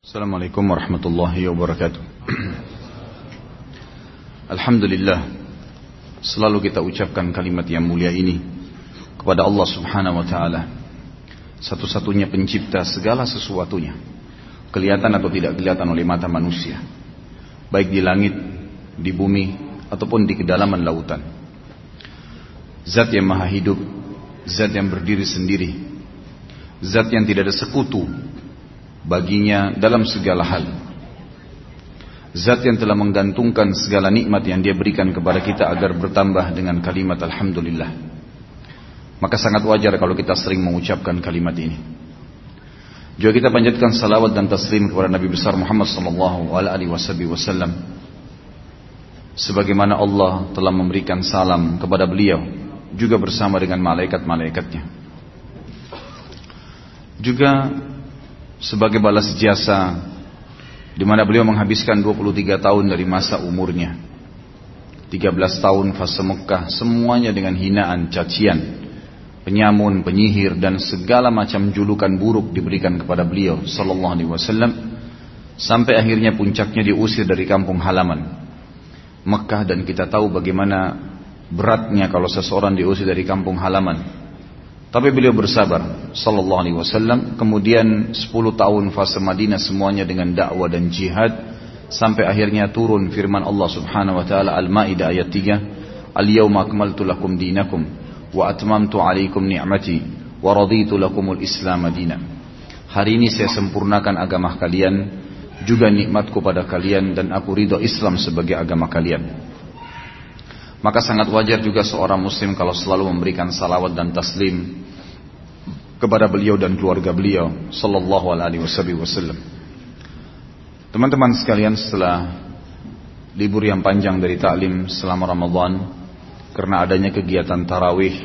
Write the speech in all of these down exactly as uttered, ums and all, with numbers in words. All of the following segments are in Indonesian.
Assalamualaikum warahmatullahi wabarakatuh. Alhamdulillah, selalu kita ucapkan kalimat yang mulia ini kepada Allah subhanahu wa ta'ala, satu-satunya pencipta segala sesuatunya, kelihatan atau tidak kelihatan oleh mata manusia, baik di langit, di bumi, ataupun di kedalaman lautan. Zat yang maha hidup, zat yang berdiri sendiri, zat yang tidak ada sekutu baginya dalam segala hal, zat yang telah menggantungkan segala nikmat yang dia berikan kepada kita agar bertambah dengan kalimat Alhamdulillah. Maka sangat wajar kalau kita sering mengucapkan kalimat ini. Juga kita panjatkan salawat dan taslim kepada Nabi besar Muhammad sallallahu alaihi wasallam, sebagaimana Allah telah memberikan salam kepada beliau juga bersama dengan malaikat-malaikatnya. Juga sebagai balas jasa di mana beliau menghabiskan dua puluh tiga tahun dari masa umurnya, tiga belas tahun fase Mekah, semuanya dengan hinaan, cacian, penyamun, penyihir dan segala macam julukan buruk diberikan kepada beliau sallallahu alaihi wasallam, sampai akhirnya puncaknya diusir dari kampung halaman Mekah. Dan kita tahu bagaimana beratnya kalau seseorang diusir dari kampung halaman. Tapi beliau bersabar sallallahu alaihi wasallam. Kemudian sepuluh tahun fase Madinah semuanya dengan dakwah dan jihad, sampai akhirnya turun firman Allah subhanahu wa ta'ala Al-Ma'idah ayat tiga, Al-yawma akmaltu lakum dinakum wa atmamtu alaikum ni'mati wa raditu lakumul islam madina. Hari ini saya sempurnakan agama kalian, juga nikmatku pada kalian, dan aku ridho Islam sebagai agama kalian. Maka sangat wajar juga seorang muslim kalau selalu memberikan salawat dan taslim kepada beliau dan keluarga beliau sallallahu alaihi wasallam. Teman-teman sekalian, setelah libur yang panjang dari taklim selama Ramadan karena adanya kegiatan tarawih,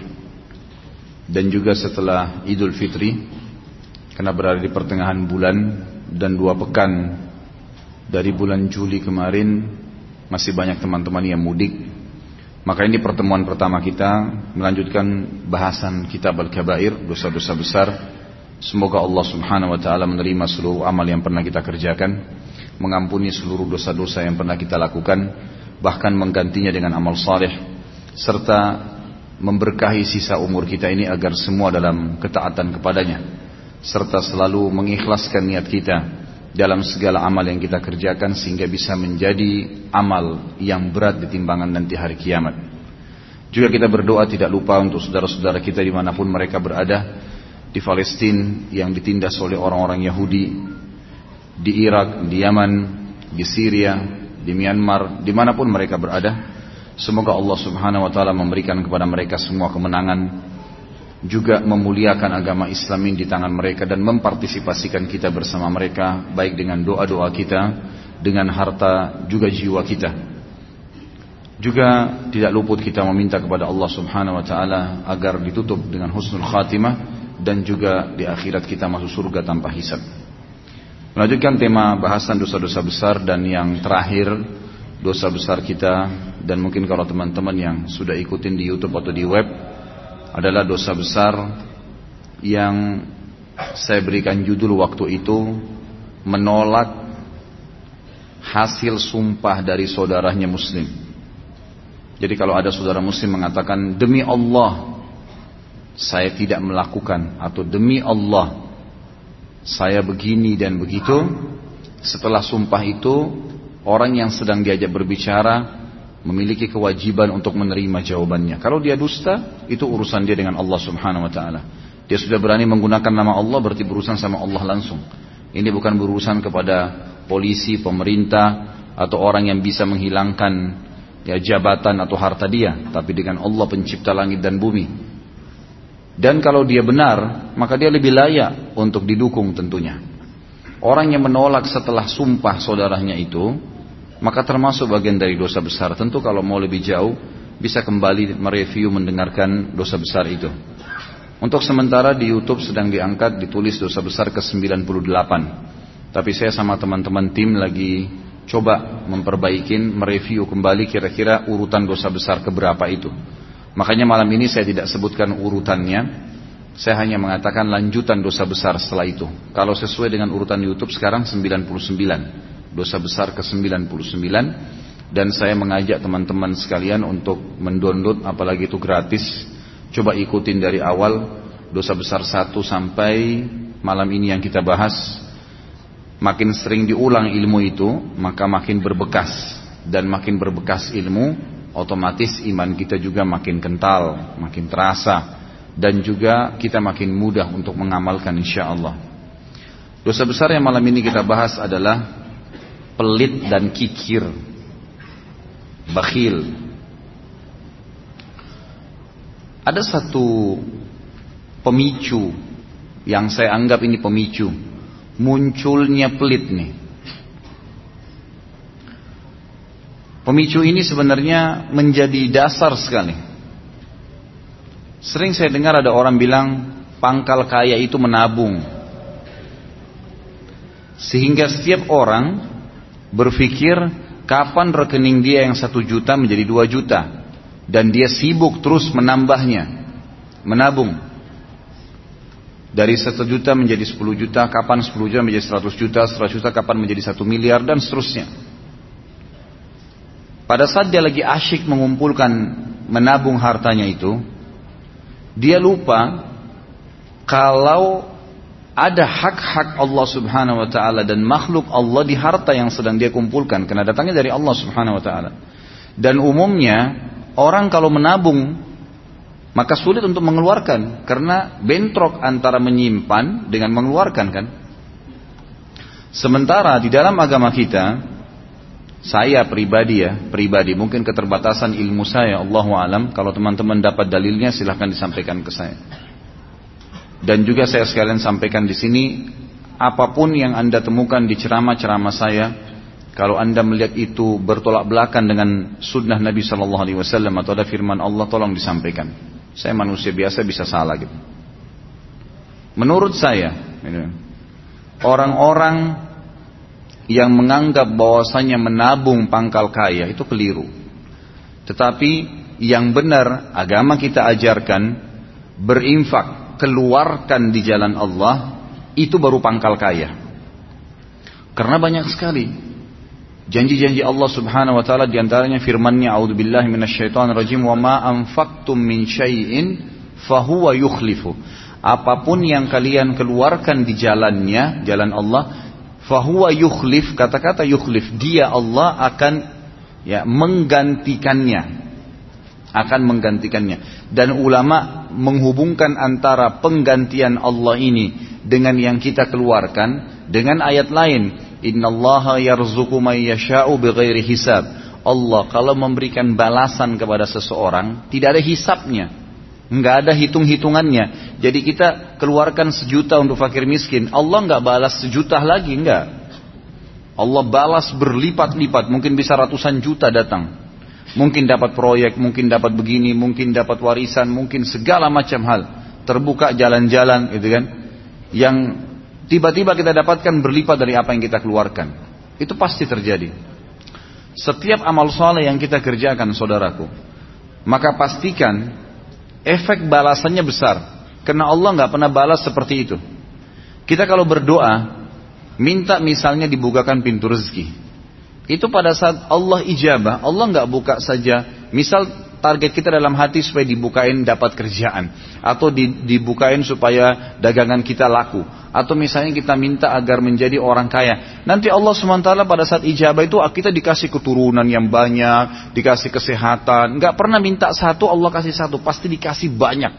dan juga setelah Idul Fitri karena berada di pertengahan bulan, dan dua pekan dari bulan Juli kemarin masih banyak teman-teman yang mudik. Maka ini pertemuan pertama kita melanjutkan bahasan kitab Al-Kabair, dosa-dosa besar. Semoga Allah subhanahu wa ta'ala menerima seluruh amal yang pernah kita kerjakan, mengampuni seluruh dosa-dosa yang pernah kita lakukan, bahkan menggantinya dengan amal saleh, serta memberkahi sisa umur kita ini agar semua dalam ketaatan kepadanya, serta selalu mengikhlaskan niat kita dalam segala amal yang kita kerjakan, sehingga bisa menjadi amal yang berat di timbangan nanti hari kiamat. Juga kita berdoa tidak lupa untuk saudara-saudara kita dimanapun mereka berada, di Palestina yang ditindas oleh orang-orang Yahudi, di Irak, di Yaman, di Syria, di Myanmar, dimanapun mereka berada. Semoga Allah subhanahu wa ta'ala memberikan kepada mereka semua kemenangan, juga memuliakan agama Islam di tangan mereka, dan mempartisipasikan kita bersama mereka, baik dengan doa-doa kita, dengan harta, juga jiwa kita. Juga tidak luput kita meminta kepada Allah subhanahu wa ta'ala agar ditutup dengan husnul khatimah, dan juga di akhirat kita masuk surga tanpa hisab. Melanjutkan tema bahasan dosa-dosa besar, dan yang terakhir dosa besar kita, dan mungkin kalau teman-teman yang sudah ikutin di YouTube atau di web, adalah dosa besar yang saya berikan judul waktu itu, menolak hasil sumpah dari saudaranya muslim. Jadi kalau ada saudara muslim mengatakan demi Allah saya tidak melakukan, atau demi Allah saya begini dan begitu, setelah sumpah itu orang yang sedang diajak berbicara memiliki kewajiban untuk menerima jawabannya. Kalau dia dusta, itu urusan dia dengan Allah subhanahu wa ta'ala. Dia sudah berani menggunakan nama Allah, berarti berurusan sama Allah langsung. Ini bukan berurusan kepada polisi, pemerintah, atau orang yang bisa menghilangkan ya, jabatan atau harta dia, tapi dengan Allah pencipta langit dan bumi. Dan kalau dia benar, maka dia lebih layak untuk didukung tentunya. Orang yang menolak setelah sumpah saudaranya itu, maka termasuk bagian dari dosa besar. Tentu kalau mau lebih jauh bisa kembali mereview, mendengarkan dosa besar itu. Untuk sementara di YouTube sedang diangkat, ditulis dosa besar ke sembilan puluh delapan. Tapi saya sama teman-teman tim lagi coba memperbaikin, mereview kembali kira-kira urutan dosa besar keberapa itu. Makanya malam ini saya tidak sebutkan urutannya, Saya hanya mengatakan lanjutan dosa besar setelah itu. Kalau sesuai dengan urutan YouTube sekarang sembilan puluh sembilan. Dosa besar ke sembilan puluh sembilan. Dan saya mengajak teman-teman sekalian untuk mendownload, apalagi itu gratis. Coba ikutin dari awal dosa besar satu sampai malam ini yang kita bahas. Makin sering diulang ilmu itu, maka makin berbekas. Dan makin berbekas ilmu, otomatis iman kita juga makin kental, makin terasa. Dan juga kita makin mudah untuk mengamalkan insyaAllah. Dosa besar yang malam ini kita bahas adalah pelit dan kikir, bakhil. Ada satu pemicu yang saya anggap ini pemicu munculnya pelit nih. Pemicu ini sebenarnya menjadi dasar sekali. Sering saya dengar ada orang bilang pangkal kaya itu menabung. Sehingga setiap orang berpikir kapan rekening dia yang satu juta menjadi dua juta. Dan dia sibuk terus menambahnya, menabung. Dari satu juta menjadi sepuluh juta, kapan sepuluh juta menjadi seratus juta, seratus juta kapan menjadi satu miliar, dan seterusnya. Pada saat dia lagi asyik mengumpulkan, menabung hartanya itu, dia lupa kalau ada hak-hak Allah subhanahu wa ta'ala dan makhluk Allah di harta yang sedang dia kumpulkan, karena datangnya dari Allah subhanahu wa ta'ala. Dan umumnya orang kalau menabung maka sulit untuk mengeluarkan, karena bentrok antara menyimpan dengan mengeluarkan kan. Sementara di dalam agama kita, saya pribadi ya, pribadi mungkin keterbatasan ilmu saya, Allahu alam, kalau teman-teman dapat dalilnya silahkan disampaikan ke saya. Dan juga saya sekalian sampaikan di sini, apapun yang Anda temukan di ceramah-ceramah saya, kalau Anda melihat itu bertolak belakang dengan sunnah Nabi Shallallahu Alaihi Wasallam atau ada firman Allah, tolong disampaikan. Saya manusia biasa, bisa salah gitu. Menurut saya, orang-orang yang menganggap bahwasanya menabung pangkal kaya itu keliru. Tetapi yang benar agama kita ajarkan, berinfak, keluarkan di jalan Allah, itu baru pangkal kaya. Karena banyak sekali janji-janji Allah subhanahu wa ta'ala, diantaranya firmannya, a'udzubillahi minasyaitonirrajim, wa ma anfaqtum min syai'in fahuwa yukhlifu. Apapun yang kalian keluarkan di jalannya, jalan Allah, fahuwa yukhlif, kata-kata yukhlif, dia Allah akan ya menggantikannya. Akan menggantikannya. Dan ulama menghubungkan antara penggantian Allah ini dengan yang kita keluarkan dengan ayat lain. Innallaha yarzuqu may yasha'u bighairi hisab. Allah kalau memberikan balasan kepada seseorang tidak ada hisabnya, enggak ada hitung-hitungannya. Jadi kita keluarkan sejuta untuk fakir miskin, Allah enggak balas sejuta lagi, enggak. Allah balas berlipat-lipat, mungkin bisa ratusan juta datang. Mungkin dapat proyek, mungkin dapat begini, mungkin dapat warisan, mungkin segala macam hal. Terbuka jalan-jalan gitu kan. Yang tiba-tiba kita dapatkan berlipat dari apa yang kita keluarkan. Itu pasti terjadi. Setiap amal soleh yang kita kerjakan, saudaraku, maka pastikan efek balasannya besar. Karena Allah nggak pernah balas seperti itu. Kita kalau berdoa, minta misalnya dibukakan pintu rezeki, itu pada saat Allah ijabah, Allah nggak buka saja. Misal target kita dalam hati supaya dibukain dapat kerjaan, atau dibukain supaya dagangan kita laku, atau misalnya kita minta agar menjadi orang kaya. Nanti Allah subhanahu wa taala pada saat ijabah itu kita dikasih keturunan yang banyak, dikasih kesehatan. Nggak pernah minta satu Allah kasih satu, pasti dikasih banyak.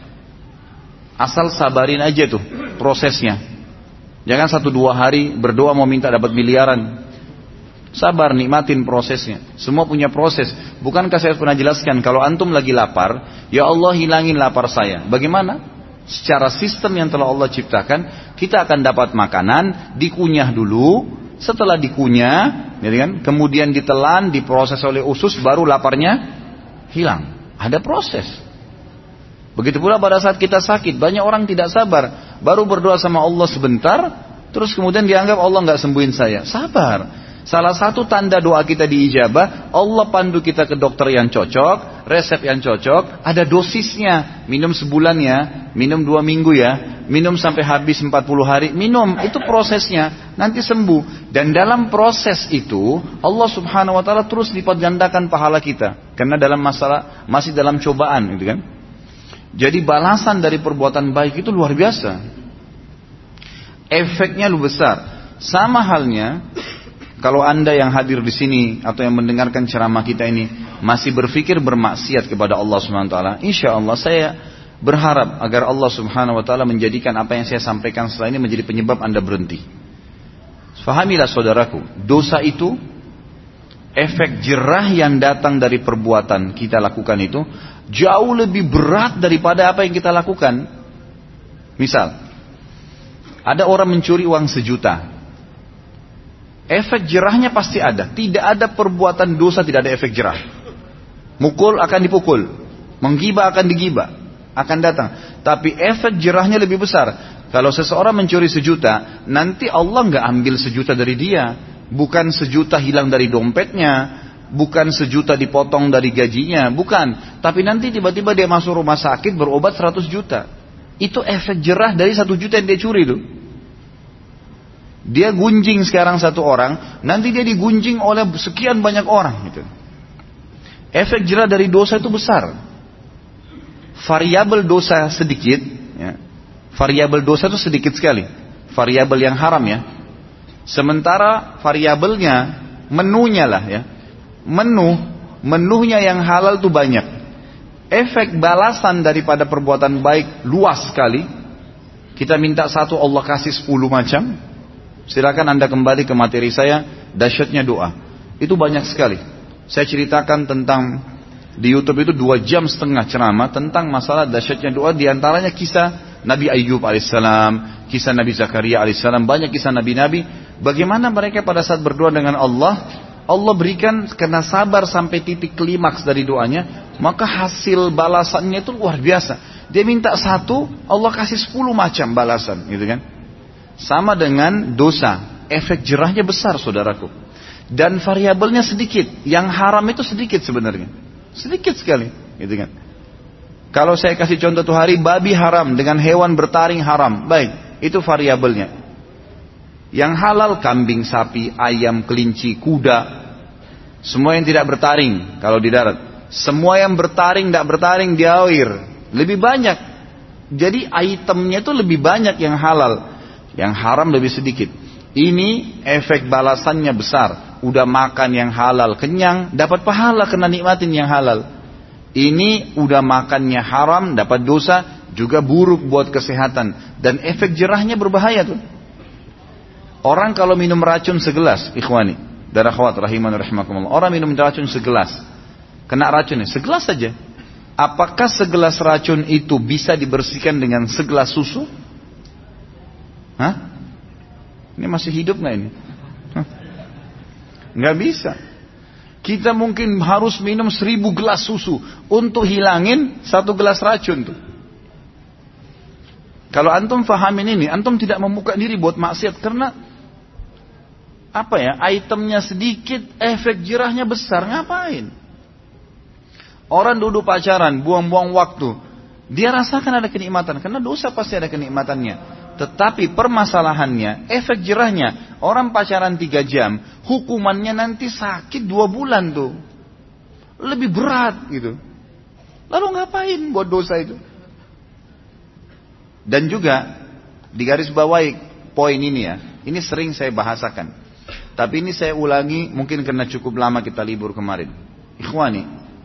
Asal sabarin aja tuh prosesnya. Jangan satu dua hari berdoa mau minta dapat miliaran. Sabar, nikmatin prosesnya. Semua punya proses. Bukankah saya pernah jelaskan, kalau antum lagi lapar, ya Allah hilangin lapar saya. Bagaimana? Secara sistem yang telah Allah ciptakan, kita akan dapat makanan, dikunyah dulu. Setelah dikunyah, ya kan? Kemudian ditelan, diproses oleh usus, baru laparnya hilang. Ada proses. Begitu pula pada saat kita sakit, banyak orang tidak sabar, baru berdoa sama Allah sebentar, terus kemudian dianggap Allah nggak sembuhin saya. Sabar. Salah satu tanda doa kita diijabah, Allah pandu kita ke dokter yang cocok, resep yang cocok, ada dosisnya. Minum sebulan ya, minum dua minggu ya, minum sampai habis empat puluh hari, minum. Itu prosesnya, nanti sembuh. Dan dalam proses itu, Allah subhanahu wa ta'ala terus lipat gandakan pahala kita. Karena dalam masalah, masih dalam cobaan gitu kan. Jadi balasan dari perbuatan baik itu luar biasa. Efeknya lu besar. Sama halnya kalau Anda yang hadir di sini atau yang mendengarkan ceramah kita ini masih berpikir bermaksiat kepada Allah Subhanahu wa taala, insyaallah saya berharap agar Allah Subhanahu wa taala menjadikan apa yang saya sampaikan setelah ini menjadi penyebab Anda berhenti. Fahamilah saudaraku, dosa itu efek jerah yang datang dari perbuatan kita lakukan itu jauh lebih berat daripada apa yang kita lakukan. Misal, ada orang mencuri uang sejuta. Efek jerahnya pasti ada. Tidak ada perbuatan dosa tidak ada efek jerah. Mukul akan dipukul, menggibah akan digibah, akan datang. Tapi efek jerahnya lebih besar. Kalau seseorang mencuri sejuta, nanti Allah nggak ambil sejuta dari dia, bukan sejuta hilang dari dompetnya, bukan sejuta dipotong dari gajinya, bukan. Tapi nanti tiba-tiba dia masuk rumah sakit berobat seratus juta. Itu efek jerah dari satu juta yang dia curi itu. Dia gunjing sekarang satu orang, nanti dia digunjing oleh sekian banyak orang gitu. Efek jerah dari dosa itu besar. Variabel dosa sedikit, ya. Variabel dosa itu sedikit sekali. Variabel yang haram ya. Sementara variabelnya, menunya lah ya. Menu, menunya yang halal itu banyak. Efek balasan daripada perbuatan baik luas sekali. Kita minta satu, Allah kasih sepuluh macam. Silakan Anda kembali ke materi saya, dahsyatnya doa. Itu banyak sekali. Saya ceritakan tentang di YouTube itu dua jam setengah ceramah tentang masalah dahsyatnya doa. Di antaranya kisah Nabi Ayyub alaihissalam, kisah Nabi Zakaria alaihissalam, banyak kisah nabi-nabi. Bagaimana mereka pada saat berdoa dengan Allah, Allah berikan karena sabar sampai titik klimaks dari doanya, maka hasil balasannya itu luar biasa. Dia minta satu, Allah kasih sepuluh macam balasan, gitu kan? Sama dengan dosa, efek jerahnya besar saudaraku. Dan variabelnya sedikit, yang haram itu sedikit sebenarnya. Sedikit sekali, gitu kan. Kalau saya kasih contoh tuh hari, babi haram dengan hewan bertaring haram. Baik, itu variabelnya. Yang halal, kambing, sapi, ayam, kelinci, kuda. Semua yang tidak bertaring kalau di darat. Semua yang bertaring, tidak bertaring di air. Lebih banyak. Jadi itemnya itu lebih banyak yang halal. Yang haram lebih sedikit. Ini efek balasannya besar. Udah makan yang halal, kenyang, dapat pahala kena nikmatin yang halal. Ini udah makannya haram, dapat dosa, juga buruk buat kesehatan. Dan efek jerahnya berbahaya tuh. Orang kalau minum racun segelas, ikhwani, dan akhwat rahiman rahimakumullah. Orang minum racun segelas, kena racunnya, segelas saja. Apakah segelas racun itu bisa dibersihkan dengan segelas susu? Hah? Ini masih hidup nggak ini? Hah? Nggak bisa. Kita mungkin harus minum seribu gelas susu untuk hilangin satu gelas racun tuh. Kalau antum fahamin ini, antum tidak membuka diri buat maksiat karena apa ya? Itemnya sedikit, efek jerahnya besar. Ngapain? Orang duduk pacaran, buang-buang waktu. Dia rasakan ada kenikmatan karena dosa pasti ada kenikmatannya. Tetapi permasalahannya, efek jerahnya, orang pacaran tiga jam, hukumannya nanti sakit dua bulan tuh. Lebih berat gitu. Lalu ngapain buat dosa itu? Dan juga, di garis bawahi poin ini ya, ini sering saya bahasakan. Tapi ini saya ulangi, mungkin karena cukup lama kita libur kemarin. Ikhwani,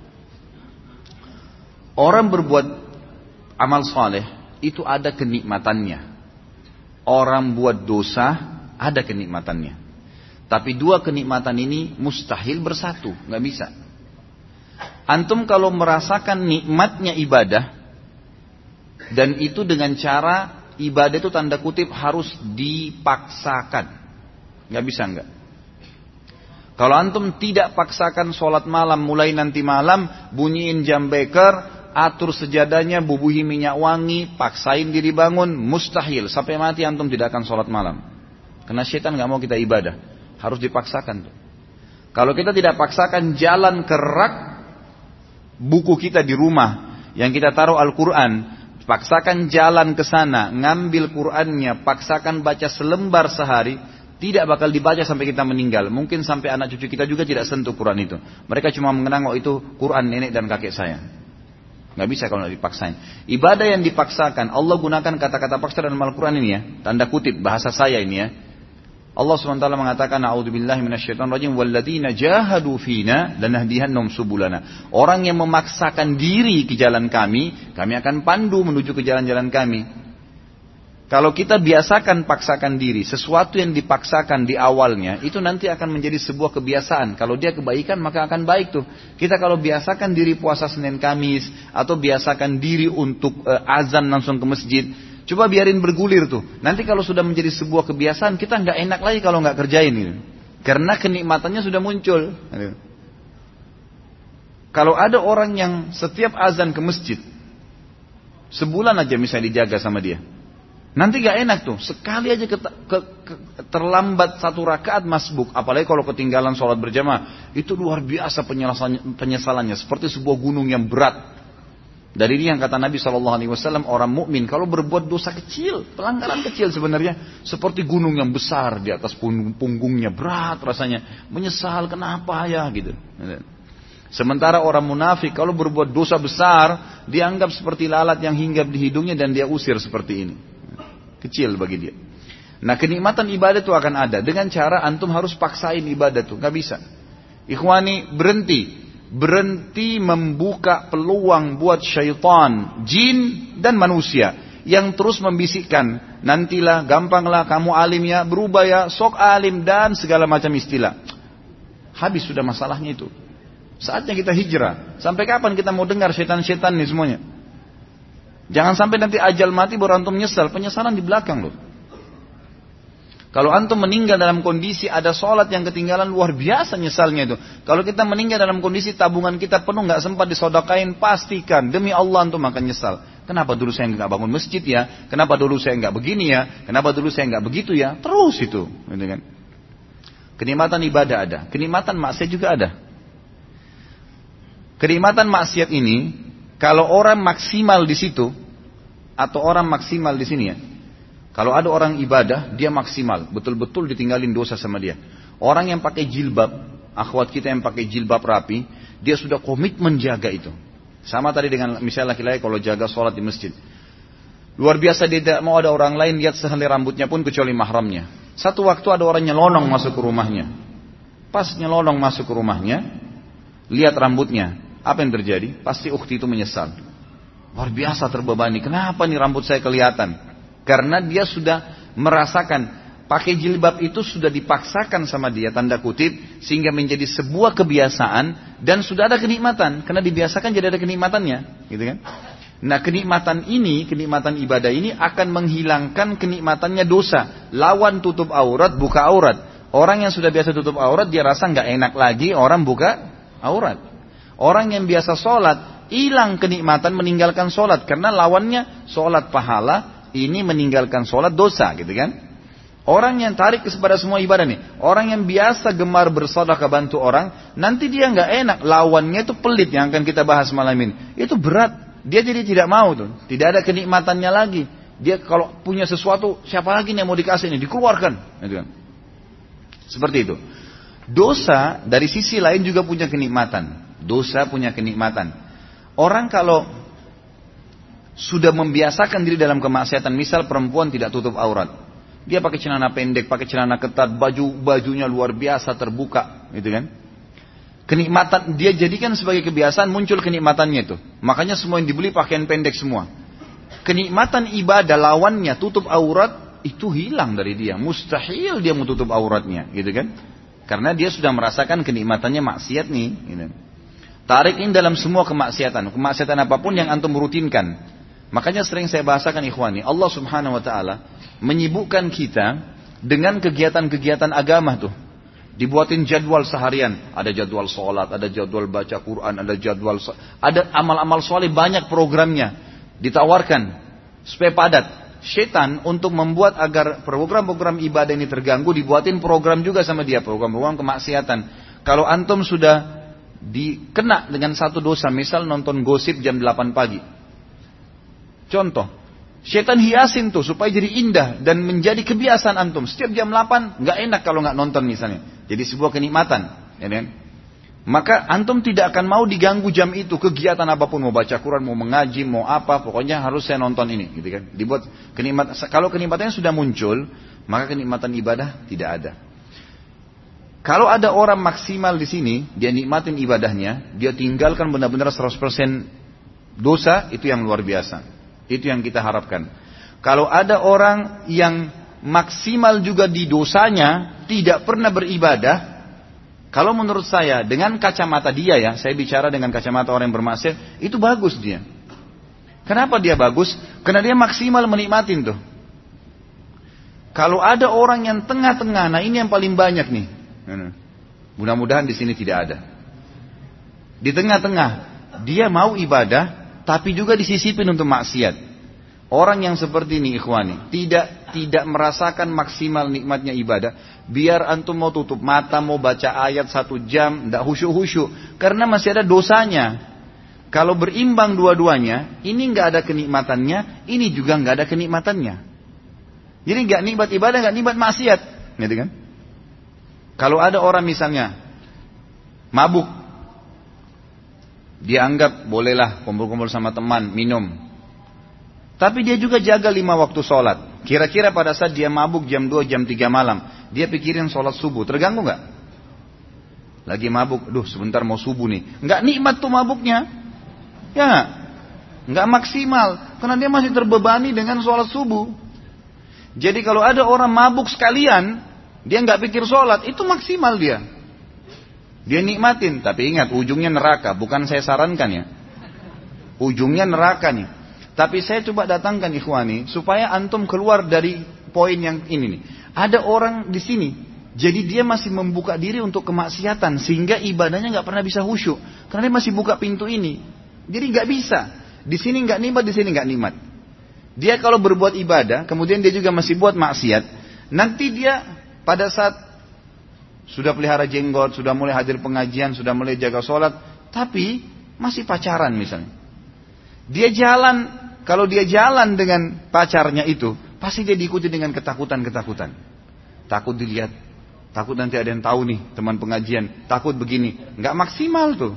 orang berbuat amal soleh, itu ada kenikmatannya. Orang buat dosa ada kenikmatannya. Tapi dua kenikmatan ini mustahil bersatu, nggak bisa. Antum kalau merasakan nikmatnya ibadah dan itu dengan cara ibadah itu tanda kutip harus dipaksakan, nggak bisa nggak. Kalau antum tidak paksakan sholat malam mulai nanti malam, bunyiin jam beker, atur sejadahnya, bubuhi minyak wangi, paksain diri bangun, mustahil. Sampai mati antum tidak akan sholat malam. Karena syaitan gak mau kita ibadah. Harus dipaksakan. Kalau kita tidak paksakan jalan kerak, buku kita di rumah, yang kita taruh Al-Quran, paksakan jalan ke sana, ngambil Qurannya, paksakan baca selembar sehari, tidak bakal dibaca sampai kita meninggal. Mungkin sampai anak cucu kita juga tidak sentuh Quran itu. Mereka cuma mengenang, oh itu Quran nenek dan kakek saya. Nggak bisa kalau nggak dipaksain. Ibadah yang dipaksakan, Allah gunakan kata-kata paksa dalam Al-Quran ini ya, tanda kutip bahasa saya ini ya. Allah subhanahu wa taala mengatakan, a'udzubillahi minasyaitonir rajim, walladzina jahadu fina lanahdihannahum subulana. Orang yang memaksakan diri ke jalan kami, kami akan pandu menuju ke jalan-jalan kami. Kalau kita biasakan paksakan diri, sesuatu yang dipaksakan di awalnya, itu nanti akan menjadi sebuah kebiasaan. Kalau dia kebaikan, maka akan baik tuh. Kita kalau biasakan diri puasa Senin Kamis, atau biasakan diri untuk uh, azan langsung ke masjid, coba biarin bergulir tuh. Nanti kalau sudah menjadi sebuah kebiasaan, kita nggak enak lagi kalau nggak kerjain itu. Karena kenikmatannya sudah muncul. Kalau ada orang yang setiap azan ke masjid, sebulan aja misalnya dijaga sama dia, nanti gak enak tuh, sekali aja ke, ke, ke, terlambat satu rakaat masbuk, apalagi kalau ketinggalan sholat berjamaah, itu luar biasa penyesalannya, seperti sebuah gunung yang berat. Dari ini yang kata Nabi shallallahu alaihi wasallam, orang mukmin kalau berbuat dosa kecil, pelanggaran kecil sebenarnya, seperti gunung yang besar di atas punggungnya, berat rasanya, menyesal kenapa ya gitu. Sementara orang munafik kalau berbuat dosa besar, dianggap seperti lalat yang hinggap di hidungnya dan dia usir seperti ini. Kecil bagi dia. Nah kenikmatan ibadah itu akan ada dengan cara antum harus paksain ibadah tuh, nggak bisa. Ikhwani, berhenti, berhenti membuka peluang buat syaitan, jin dan manusia yang terus membisikkan, nantilah, gampanglah kamu alim ya, berubah ya, sok alim dan segala macam istilah. Habis sudah masalahnya itu. Saatnya kita hijrah. Sampai kapan kita mau dengar syaitan-syaitan nih semuanya? Jangan sampai nanti ajal mati baru antum menyesal. Penyesalan di belakang loh. Kalau antum meninggal dalam kondisi ada sholat yang ketinggalan, luar biasa nyesalnya itu. Kalau kita meninggal dalam kondisi tabungan kita penuh, nggak sempat disodakain, pastikan demi Allah antum akan nyesal. Kenapa dulu saya nggak bangun masjid ya? Kenapa dulu saya nggak begini ya? Kenapa dulu saya nggak begitu ya? Terus itu, gitu kan? Kenikmatan ibadah ada, kenikmatan maksiat juga ada. Kenikmatan maksiat ini, kalau orang maksimal di situ, atau orang maksimal di sini ya, kalau ada orang ibadah, dia maksimal, betul-betul ditinggalin dosa sama dia. Orang yang pakai jilbab, akhwat kita yang pakai jilbab rapi, dia sudah komitmen jaga itu. Sama tadi dengan misalnya laki-laki kalau jaga sholat di masjid. Luar biasa dia tidak mau ada orang lain lihat sehelai rambutnya pun kecuali mahramnya. Satu waktu ada orang nyelonong masuk ke rumahnya. Pas nyelonong masuk ke rumahnya, lihat rambutnya. Apa yang terjadi? Pasti ukhti itu menyesal. Luar biasa terbebani. Kenapa nih rambut saya kelihatan? Karena dia sudah merasakan pakai jilbab itu sudah dipaksakan sama dia, tanda kutip, sehingga menjadi sebuah kebiasaan dan sudah ada kenikmatan. Karena dibiasakan jadi ada kenikmatannya, gitu kan? Nah kenikmatan ini, kenikmatan ibadah ini akan menghilangkan kenikmatannya dosa. Lawan tutup aurat, buka aurat. Orang yang sudah biasa tutup aurat, dia rasa nggak enak lagi orang buka aurat. Orang yang biasa sholat, hilang kenikmatan meninggalkan sholat. Karena lawannya sholat pahala, ini meninggalkan sholat dosa, gitu kan? Orang yang tarik kepada semua ibadah nih, orang yang biasa gemar bersedekah bantu orang, nanti dia nggak enak, lawannya itu pelit yang akan kita bahas malam ini. Itu berat, dia jadi tidak mau tuh, tidak ada kenikmatannya lagi. Dia kalau punya sesuatu, siapa lagi nih yang mau dikasih ini, dikeluarkan, gitu kan? Seperti itu. Dosa dari sisi lain juga punya kenikmatan. Dosa punya kenikmatan. Orang kalau sudah membiasakan diri dalam kemaksiatan, misal perempuan tidak tutup aurat, dia pakai celana pendek, pakai celana ketat, baju bajunya luar biasa terbuka, gitu kan? Kenikmatan dia jadikan sebagai kebiasaan, muncul kenikmatannya itu. Makanya semua yang dibeli pakaian pendek semua. Kenikmatan ibadah lawannya tutup aurat itu hilang dari dia. Mustahil dia mau tutup auratnya, gitu kan? Karena dia sudah merasakan kenikmatannya maksiat nih, gitu. Tarikin dalam semua kemaksiatan, kemaksiatan apapun yang antum rutinkan. Makanya sering saya bahasakan ikhwani, Allah subhanahu wa ta'ala menyibukkan kita dengan kegiatan-kegiatan agama tuh. Dibuatin jadwal seharian, ada jadwal sholat, ada jadwal baca Quran, ada jadwal, ada amal-amal soleh, banyak programnya ditawarkan supaya padat. Syaitan untuk membuat agar program-program ibadah ini terganggu, dibuatin program juga sama dia, program-program kemaksiatan. Kalau antum sudah dikena dengan satu dosa, misal nonton gosip jam delapan pagi. Contoh, setan hiasin tuh supaya jadi indah dan menjadi kebiasaan antum. Setiap jam delapan nggak enak kalau nggak nonton misalnya. Jadi sebuah kenikmatan, ya kan? Maka antum tidak akan mau diganggu jam itu, kegiatan apapun, mau baca Quran, mau mengaji, mau apa, pokoknya harus saya nonton ini, gitu kan? Dibuat kenikmatan. Kalau kenikmatannya sudah muncul, maka kenikmatan ibadah tidak ada. Kalau ada orang maksimal di sini, dia nikmatin ibadahnya, dia tinggalkan benar-benar seratus persen dosa, itu yang luar biasa. Itu yang kita harapkan. Kalau ada orang yang maksimal juga di dosanya, tidak pernah beribadah, kalau menurut saya, dengan kacamata dia ya, saya bicara dengan kacamata orang yang bermaksiat, itu bagus dia. Kenapa dia bagus? Karena dia maksimal menikmatin tuh. Kalau ada orang yang tengah-tengah, nah ini yang paling banyak nih. Mudah-mudahan di sini tidak ada. Di tengah-tengah, dia mau ibadah, tapi juga disisipin untuk maksiat. Orang yang seperti ini ikhwani, tidak tidak merasakan maksimal nikmatnya ibadah. Biar antum mau tutup mata, mau baca ayat satu jam, tidak khusyuk-khusyuk, karena masih ada dosanya. Kalau berimbang dua-duanya, ini nggak ada kenikmatannya, ini juga nggak ada kenikmatannya. Jadi nggak nikmat ibadah, nggak nikmat maksiat, gitu kan? Kalau ada orang misalnya mabuk, dia anggap bolehlah kumpul-kumpul sama teman, minum. Tapi dia juga jaga lima waktu sholat. Kira-kira pada saat dia mabuk jam dua, jam tiga malam, dia pikirin sholat subuh, terganggu nggak? Lagi mabuk, aduh sebentar mau subuh nih. Nggak nikmat tuh mabuknya. Ya nggak? Nggak maksimal. Karena dia masih terbebani dengan sholat subuh. Jadi kalau ada orang mabuk sekalian, dia nggak pikir sholat, itu maksimal dia. Dia nikmatin, tapi ingat ujungnya neraka. Bukan saya sarankan ya. Ujungnya neraka nih. Tapi saya coba datangkan ikhwani, supaya antum keluar dari poin yang ini nih. Ada orang di sini, jadi dia masih membuka diri untuk kemaksiatan, sehingga ibadahnya nggak pernah bisa khusyuk, karena dia masih buka pintu ini. Jadi nggak bisa. Di sini nggak nikmat, di sini nggak nikmat. Dia kalau berbuat ibadah, kemudian dia juga masih buat maksiat, nanti dia pada saat sudah pelihara jenggot, sudah mulai hadir pengajian, sudah mulai jaga sholat, tapi masih pacaran misalnya. Dia jalan. Kalau dia jalan dengan pacarnya itu, pasti dia diikuti dengan ketakutan-ketakutan. Takut dilihat, takut nanti ada yang tahu nih, teman pengajian, takut begini. Nggak maksimal tuh.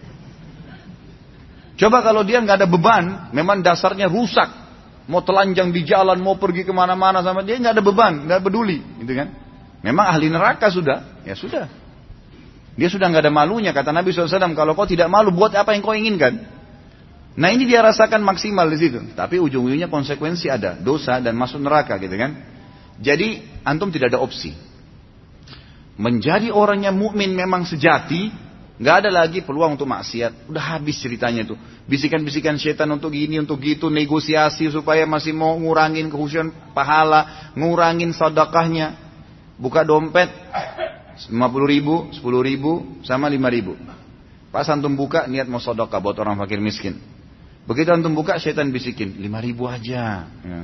Coba kalau dia nggak ada beban, memang dasarnya rusak. Mau telanjang di jalan, mau pergi kemana-mana sama dia, nggak ada beban, nggak peduli. Gitu kan? Memang ahli neraka sudah, ya sudah. Dia sudah nggak ada malunya, kata Nabi shallallahu alaihi wasallam, kalau kau tidak malu, buat apa yang kau inginkan. Nah ini dia rasakan maksimal di situ, tapi ujung-ujungnya konsekuensi ada, dosa dan masuk neraka gitu kan. Jadi antum tidak ada opsi. Menjadi orang yang mukmin memang sejati, nggak ada lagi peluang untuk maksiat. Udah habis ceritanya itu. Bisikan-bisikan setan untuk gini, untuk gitu, negosiasi supaya masih mau ngurangin kehusuan pahala, ngurangin sedekahnya. Buka dompet lima puluh ribu, sepuluh ribu, sama lima ribu. Pas antum buka niat mau sedekah buat orang fakir miskin. Begitu antum buka, setan bisikin, lima ribu aja. Ya.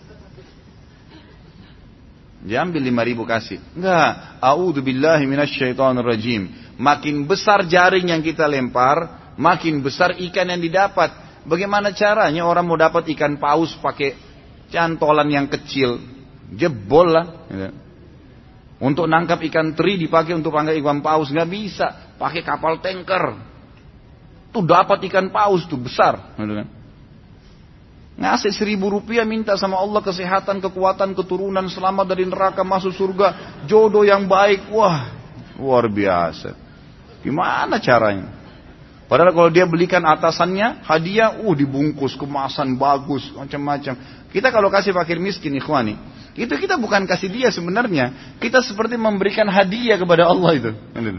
Dia ambil lima ribu kasih. Enggak. A'udzubillahi minasyaitonirrajim. Makin besar jaring yang kita lempar, makin besar ikan yang didapat. Bagaimana caranya orang mau dapat ikan paus pakai cantolan yang kecil? Jebol lah. Ya. Untuk nangkap ikan teri dipakai untuk panggil ikan paus. Nggak bisa. Pakai kapal tanker. Tuh dapat ikan paus tuh besar, ngasih seribu rupiah minta sama Allah kesehatan, kekuatan, keturunan, selamat dari neraka, masuk surga, jodoh yang baik, wah luar biasa. Gimana caranya? Padahal kalau dia belikan atasannya hadiah, uh dibungkus kemasan bagus, macam-macam. Kita kalau kasih fakir miskin ikhwani, itu kita bukan kasih dia sebenarnya, kita seperti memberikan hadiah kepada Allah itu.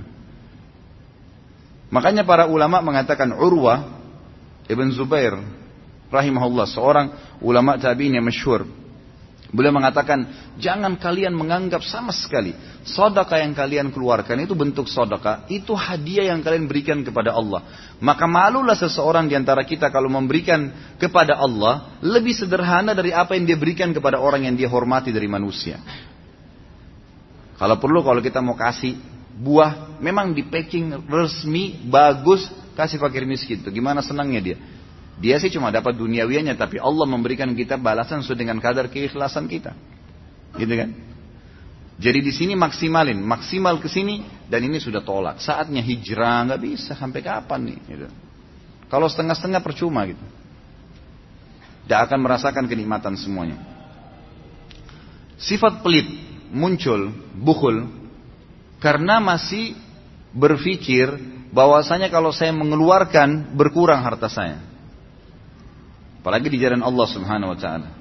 Makanya para ulama mengatakan Urwah Ibn Zubair rahimahullah, seorang ulama tabi'in yang masyhur. Beliau mengatakan, jangan kalian menganggap sama sekali sedekah yang kalian keluarkan itu bentuk sedekah, itu hadiah yang kalian berikan kepada Allah. Maka malulah seseorang di antara kita kalau memberikan kepada Allah lebih sederhana dari apa yang dia berikan kepada orang yang dia hormati dari manusia. Kalau perlu kalau kita mau kasih buah, memang di packing resmi, bagus, kasih fakir miskin. Tuh, gimana senangnya dia. Dia sih cuma dapat duniawianya, tapi Allah memberikan kita balasan sesuai dengan kadar keikhlasan kita. Gitu kan? Jadi di sini maksimalin, maksimal ke sini, dan ini sudah tolak. Saatnya hijrah, nggak bisa sampai kapan nih? Gitu. Kalau setengah-setengah percuma gitu. Tidak akan merasakan kenikmatan semuanya. Sifat pelit muncul, bukhul, karena masih berpikir bahwasanya kalau saya mengeluarkan berkurang harta saya. Apalagi di jalan Allah Subhanahu wa taala.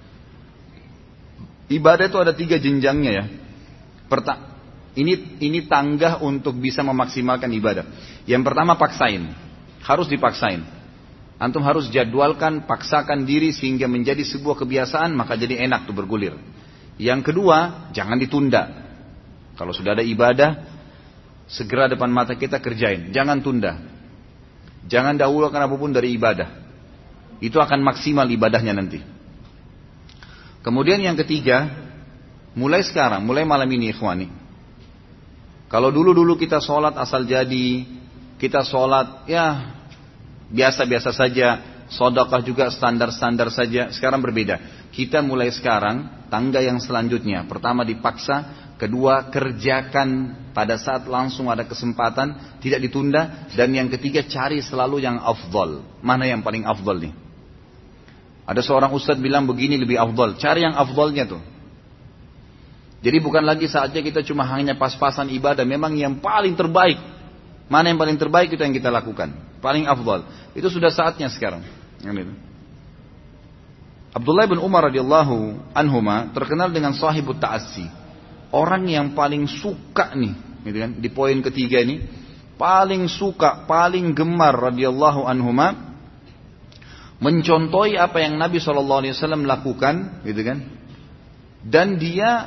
Ibadah itu ada tiga jenjangnya ya. Perta ini ini tangga untuk bisa memaksimalkan ibadah. Yang pertama paksain, harus dipaksain. Antum harus jadwalkan, paksakan diri sehingga menjadi sebuah kebiasaan, maka jadi enak tuh bergulir. Yang kedua, jangan ditunda. Kalau sudah ada ibadah, segera depan mata kita kerjain, jangan tunda. Jangan dahulukan apapun dari ibadah. Itu akan maksimal ibadahnya nanti. Kemudian yang ketiga, mulai sekarang, mulai malam ini ikhwani. Kalau dulu-dulu kita sholat asal jadi, kita sholat ya biasa-biasa saja, sedekah juga standar-standar saja, sekarang berbeda. Kita mulai sekarang, tangga yang selanjutnya, pertama dipaksa, kedua kerjakan pada saat langsung ada kesempatan, tidak ditunda, dan yang ketiga cari selalu yang afdal. Mana yang paling afdal nih? Ada seorang ustadz bilang begini lebih afdal, cari yang afdalnya tuh. Jadi bukan lagi saatnya kita cuma hanya pas-pasan ibadah, memang yang paling terbaik. Mana yang paling terbaik itu yang kita lakukan, paling afdal. Itu sudah saatnya sekarang. Abdullah bin Umar radhiyallahu anhuma terkenal dengan sahibut ta'assi. Orang yang paling suka nih, gitu kan, di poin ketiga ini, paling suka, paling gemar radhiyallahu anhuma mencontohi apa yang Nabi shallallahu alaihi wasallam lakukan, gitu kan, dan dia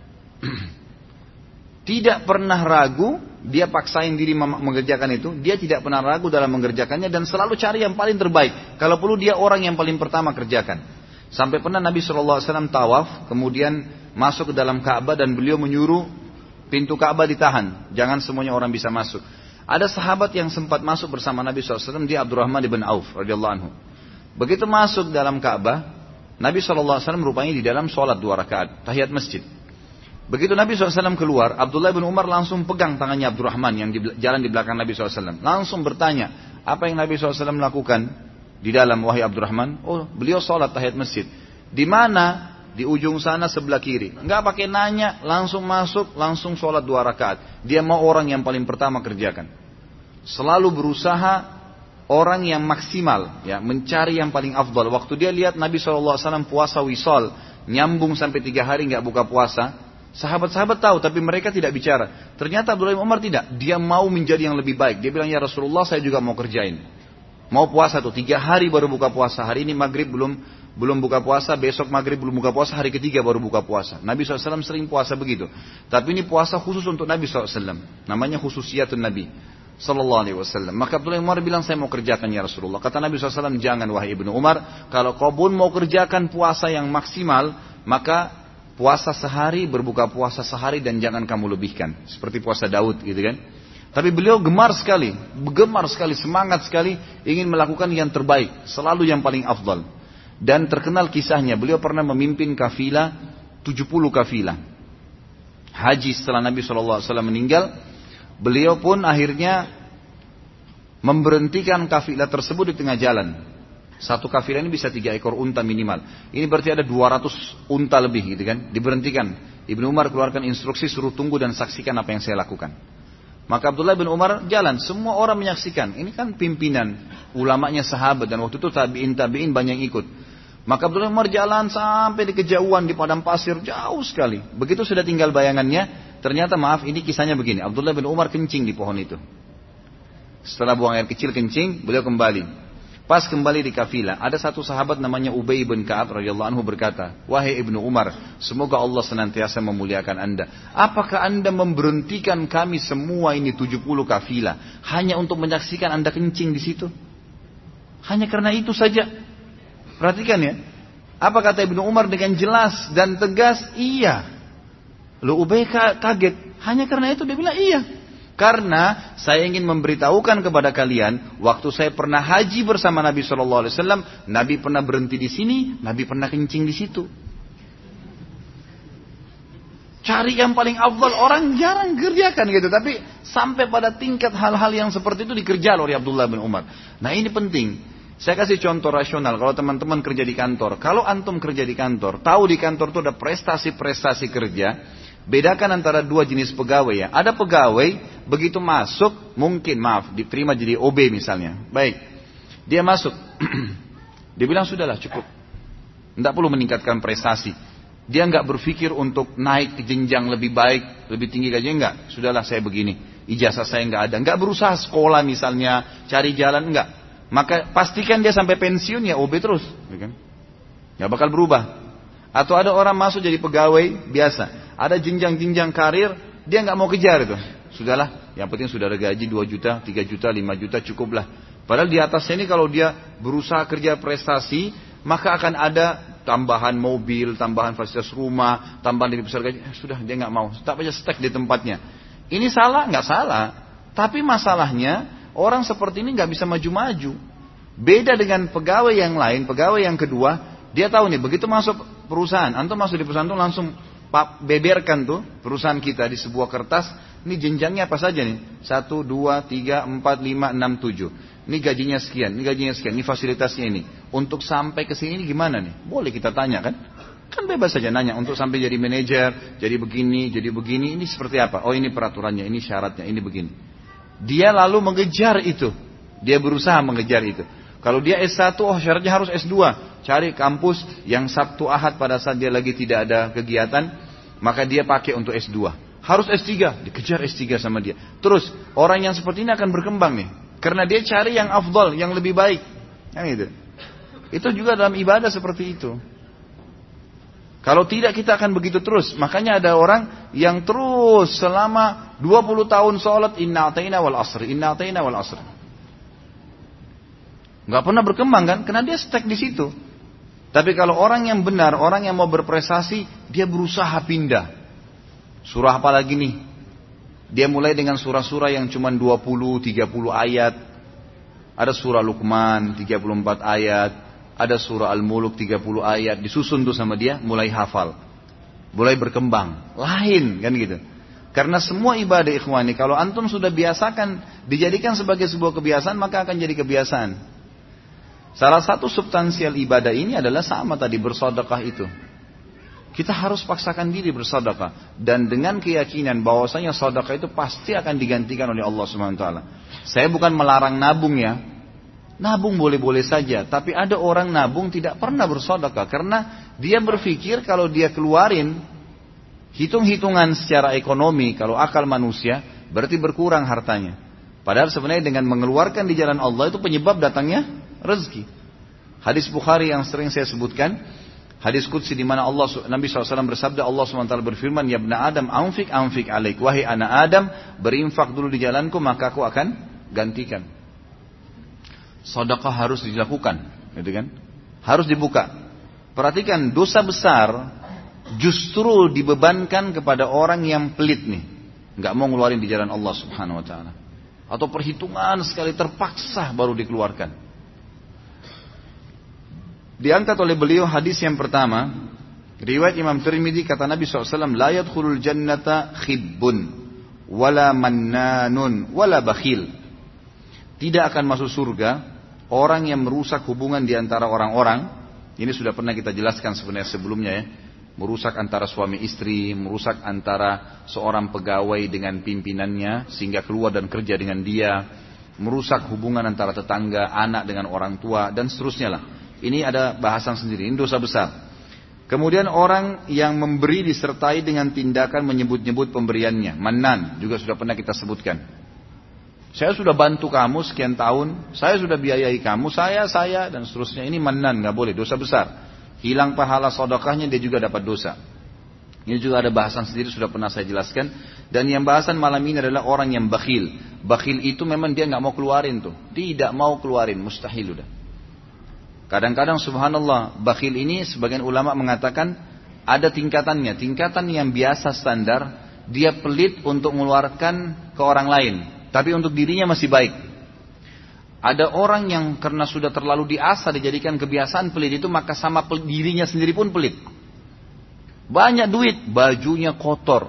tidak pernah ragu, dia paksain diri mengerjakan itu, dia tidak pernah ragu dalam mengerjakannya dan selalu cari yang paling terbaik. Kalau perlu dia orang yang paling pertama kerjakan. Sampai pernah Nabi shallallahu alaihi wasallam tawaf, kemudian masuk ke dalam Ka'bah dan beliau menyuruh pintu Ka'bah ditahan, jangan semuanya orang bisa masuk. Ada sahabat yang sempat masuk bersama Nabi shallallahu alaihi wasallam, dia Abdurrahman bin Auf radhiyallahu anhu. Begitu masuk dalam Ka'bah, Nabi shallallahu alaihi wasallam rupanya di dalam sholat dua rakaat, tahiyat masjid. Begitu Nabi shallallahu alaihi wasallam keluar, Abdullah bin Umar langsung pegang tangannya Abdurrahman yang di, jalan di belakang Nabi shallallahu alaihi wasallam. Langsung bertanya, apa yang Nabi shallallahu alaihi wasallam lakukan di dalam, wahai Abdurrahman? Oh, beliau sholat tahiyat masjid. Di mana? Di ujung sana sebelah kiri. Enggak pakai nanya, langsung masuk, langsung sholat dua rakaat. Dia mau orang yang paling pertama kerjakan. Selalu berusaha orang yang maksimal, ya, mencari yang paling afdal. Waktu dia lihat Nabi shallallahu alaihi wasallam puasa wisal, nyambung sampai tiga hari nggak buka puasa, sahabat-sahabat tahu, tapi mereka tidak bicara. Ternyata Abdullah bin Umar tidak, dia mau menjadi yang lebih baik. Dia bilang, ya Rasulullah, saya juga mau kerjain. Mau puasa tuh, tiga hari baru buka puasa. Hari ini maghrib belum belum buka puasa, besok maghrib belum buka puasa, hari ketiga baru buka puasa. Nabi shallallahu alaihi wasallam sering puasa begitu. Tapi ini puasa khusus untuk Nabi shallallahu alaihi wasallam. Namanya khususiyatun Nabi sallallahu alaihi wasallam. Maka Abdullah bin Umar bilang, saya mau kerjakan ya Rasulullah. Kata Nabi shallallahu alaihi wasallam, jangan wahai Ibnu Umar, kalau kau pun mau kerjakan puasa yang maksimal, maka puasa sehari, berbuka puasa sehari, dan jangan kamu lebihkan. Seperti puasa Daud gitu kan. Tapi beliau gemar sekali, gemar sekali, semangat sekali, ingin melakukan yang terbaik, selalu yang paling afdal. Dan terkenal kisahnya, beliau pernah memimpin kafilah, tujuh puluh kafilah haji setelah Nabi shallallahu alaihi wasallam meninggal. Beliau pun akhirnya memberhentikan kafilah tersebut di tengah jalan. Satu kafilah ini bisa tiga ekor unta minimal. Ini berarti ada dua ratus unta lebih gitu kan. Diberhentikan. Ibnu Umar keluarkan instruksi, suruh tunggu dan saksikan apa yang saya lakukan. Maka Abdullah bin Umar jalan. Semua orang menyaksikan. Ini kan pimpinan, ulamanya sahabat. Dan waktu itu tabi'in-tabi'in banyak ikut. Maka Abdullah bin Umar jalan sampai di kejauhan di padang pasir. Jauh sekali. Begitu sudah tinggal bayangannya. Ternyata maaf, ini kisahnya begini. Abdullah bin Umar kencing di pohon itu. Setelah buang air kecil kencing, beliau kembali. Pas kembali di kafilah, ada satu sahabat namanya Ubay bin Ka'ab radhiyallahu anhu berkata, wahai Ibnu Umar, semoga Allah senantiasa memuliakan Anda. Apakah Anda memberhentikan kami semua ini tujuh puluh kafilah hanya untuk menyaksikan Anda kencing di situ? Hanya karena itu saja? Perhatikan ya. Apa kata Ibnu Umar dengan jelas dan tegas? Iya. Lalu Ubay kaget. Hanya karena itu dia bilang iya. Karena saya ingin memberitahukan kepada kalian, waktu saya pernah haji bersama Nabi shallallahu alaihi wasallam, Nabi pernah berhenti di sini, Nabi pernah kencing di situ. Cari yang paling afdal, orang jarang kerjakan gitu. Tapi sampai pada tingkat hal-hal yang seperti itu dikerjakan oleh Abdullah bin Umar. Nah ini penting. Saya kasih contoh rasional. Kalau teman-teman kerja di kantor, kalau antum kerja di kantor, tahu di kantor itu ada prestasi-prestasi kerja. Bedakan antara dua jenis pegawai ya. Ada pegawai begitu masuk, mungkin maaf, diterima jadi O B misalnya. Baik, dia masuk, dia bilang sudahlah cukup, tidak perlu meningkatkan prestasi. Dia nggak berpikir untuk naik ke jenjang lebih baik, lebih tinggi gajinya, enggak. Sudahlah saya begini, ijazah saya nggak ada, nggak berusaha sekolah misalnya, cari jalan enggak. Maka pastikan dia sampai pensiun ya O B terus, nggak bakal berubah. Atau ada orang masuk jadi pegawai biasa, ada jenjang-jenjang karir, dia nggak mau kejar itu. Sudahlah, yang penting sudah ada gaji dua juta, tiga juta, lima juta cukuplah. Padahal di atasnya ini kalau dia berusaha kerja prestasi, maka akan ada tambahan mobil, tambahan fasilitas rumah, tambahan dari besar gaji. Eh, sudah dia nggak mau, tetap aja stuck di tempatnya. Ini salah? Nggak salah. Tapi masalahnya orang seperti ini nggak bisa maju-maju. Beda dengan pegawai yang lain, pegawai yang kedua, dia tahu nih begitu masuk perusahaan, antum masuk di perusahaan itu langsung beberkan tuh perusahaan kita di sebuah kertas. Ini jenjangnya apa saja nih? Satu, dua, tiga, empat, lima, enam, tujuh. Ini gajinya sekian, ini gajinya sekian, ini fasilitasnya ini. Untuk sampai ke sini ini gimana nih? Boleh kita tanya kan? Kan bebas saja nanya. Untuk sampai jadi manajer, jadi begini, jadi begini, ini seperti apa? Oh ini peraturannya, ini syaratnya, ini begini. Dia lalu mengejar itu. Dia berusaha mengejar itu. Kalau dia S satu, oh syaratnya harus S dua. Cari kampus yang Sabtu Ahad pada saat dia lagi tidak ada kegiatan, maka dia pakai untuk S dua. Harus S tiga, dikejar S tiga sama dia. Terus orang yang seperti ini akan berkembang nih. Karena dia cari yang afdal, yang lebih baik. Yang itu. Itu juga dalam ibadah seperti itu. Kalau tidak kita akan begitu terus. Makanya ada orang yang terus selama dua puluh tahun sholat, inna a'tayna wal asr, inna a'tayna wal asr. Gak pernah berkembang kan? Karena dia stuck di situ. Tapi kalau orang yang benar, orang yang mau berprestasi, dia berusaha pindah. Surah apa lagi nih? Dia mulai dengan surah-surah yang cuma dua puluh, tiga puluh ayat. Ada surah Luqman, tiga puluh empat ayat. Ada surah Al-Muluk, tiga puluh ayat. Disusun tuh sama dia, mulai hafal. Mulai berkembang. Lain kan gitu. Karena semua ibadah ikhwani, kalau antum sudah biasakan, dijadikan sebagai sebuah kebiasaan, maka akan jadi kebiasaan. Salah satu substansial ibadah ini adalah sama tadi, bersedekah itu. Kita harus paksakan diri bersedekah. Dan dengan keyakinan bahwasanya sedekah itu pasti akan digantikan oleh Allah subhanahu wa taala. Saya bukan melarang nabung ya. Nabung boleh-boleh saja. Tapi ada orang nabung tidak pernah bersedekah. Karena dia berpikir kalau dia keluarin, hitung-hitungan secara ekonomi, kalau akal manusia, berarti berkurang hartanya. Padahal sebenarnya dengan mengeluarkan di jalan Allah itu penyebab datangnya rezeki. Hadis Bukhari yang sering saya sebutkan, hadis qudsi di mana Allah Nabi shallallahu alaihi wasallam bersabda, Allah subhanahu wa taala berfirman, ya ibna Adam, anfik anfik alaik, wahai anak Adam, berinfak dulu di jalanku maka aku akan gantikan. Sedekah harus dilakukan, gitu kan? Harus dibuka. Perhatikan, dosa besar justru dibebankan kepada orang yang pelit nih, nggak mau ngeluarin di jalan Allah subhanahu wa taala, atau perhitungan sekali terpaksa baru dikeluarkan. Diangkat oleh beliau hadis yang pertama, riwayat Imam Tirmidzi, kata Nabi shallallahu alaihi wasallam, la yadkhulul jannata khibbun, wala mannanun, wala bakhil. Tidak akan masuk surga orang yang merusak hubungan di antara orang-orang. Ini sudah pernah kita jelaskan sebenarnya sebelumnya ya. Merusak antara suami istri, merusak antara seorang pegawai dengan pimpinannya sehingga keluar dan kerja dengan dia, merusak hubungan antara tetangga, anak dengan orang tua, dan seterusnya lah. Ini ada bahasan sendiri, ini dosa besar. Kemudian orang yang memberi disertai dengan tindakan menyebut-nyebut pemberiannya, mannan, juga sudah pernah kita sebutkan. Saya sudah bantu kamu sekian tahun, saya sudah biayai kamu, saya, saya, dan seterusnya. Ini mannan, gak boleh, dosa besar. Hilang pahala sedekahnya, dia juga dapat dosa. Ini juga ada bahasan sendiri, sudah pernah saya jelaskan. Dan yang bahasan malam ini adalah orang yang bakhil. Bakhil itu memang dia gak mau keluarin tuh, tidak mau keluarin, mustahil udah. Kadang-kadang subhanallah, bakhil ini sebagian ulama mengatakan ada tingkatannya. Tingkatan yang biasa standar, dia pelit untuk mengeluarkan ke orang lain, tapi untuk dirinya masih baik. Ada orang yang karena sudah terlalu diasah dijadikan kebiasaan pelit itu, maka sama dirinya sendiri pun pelit. Banyak duit, bajunya kotor,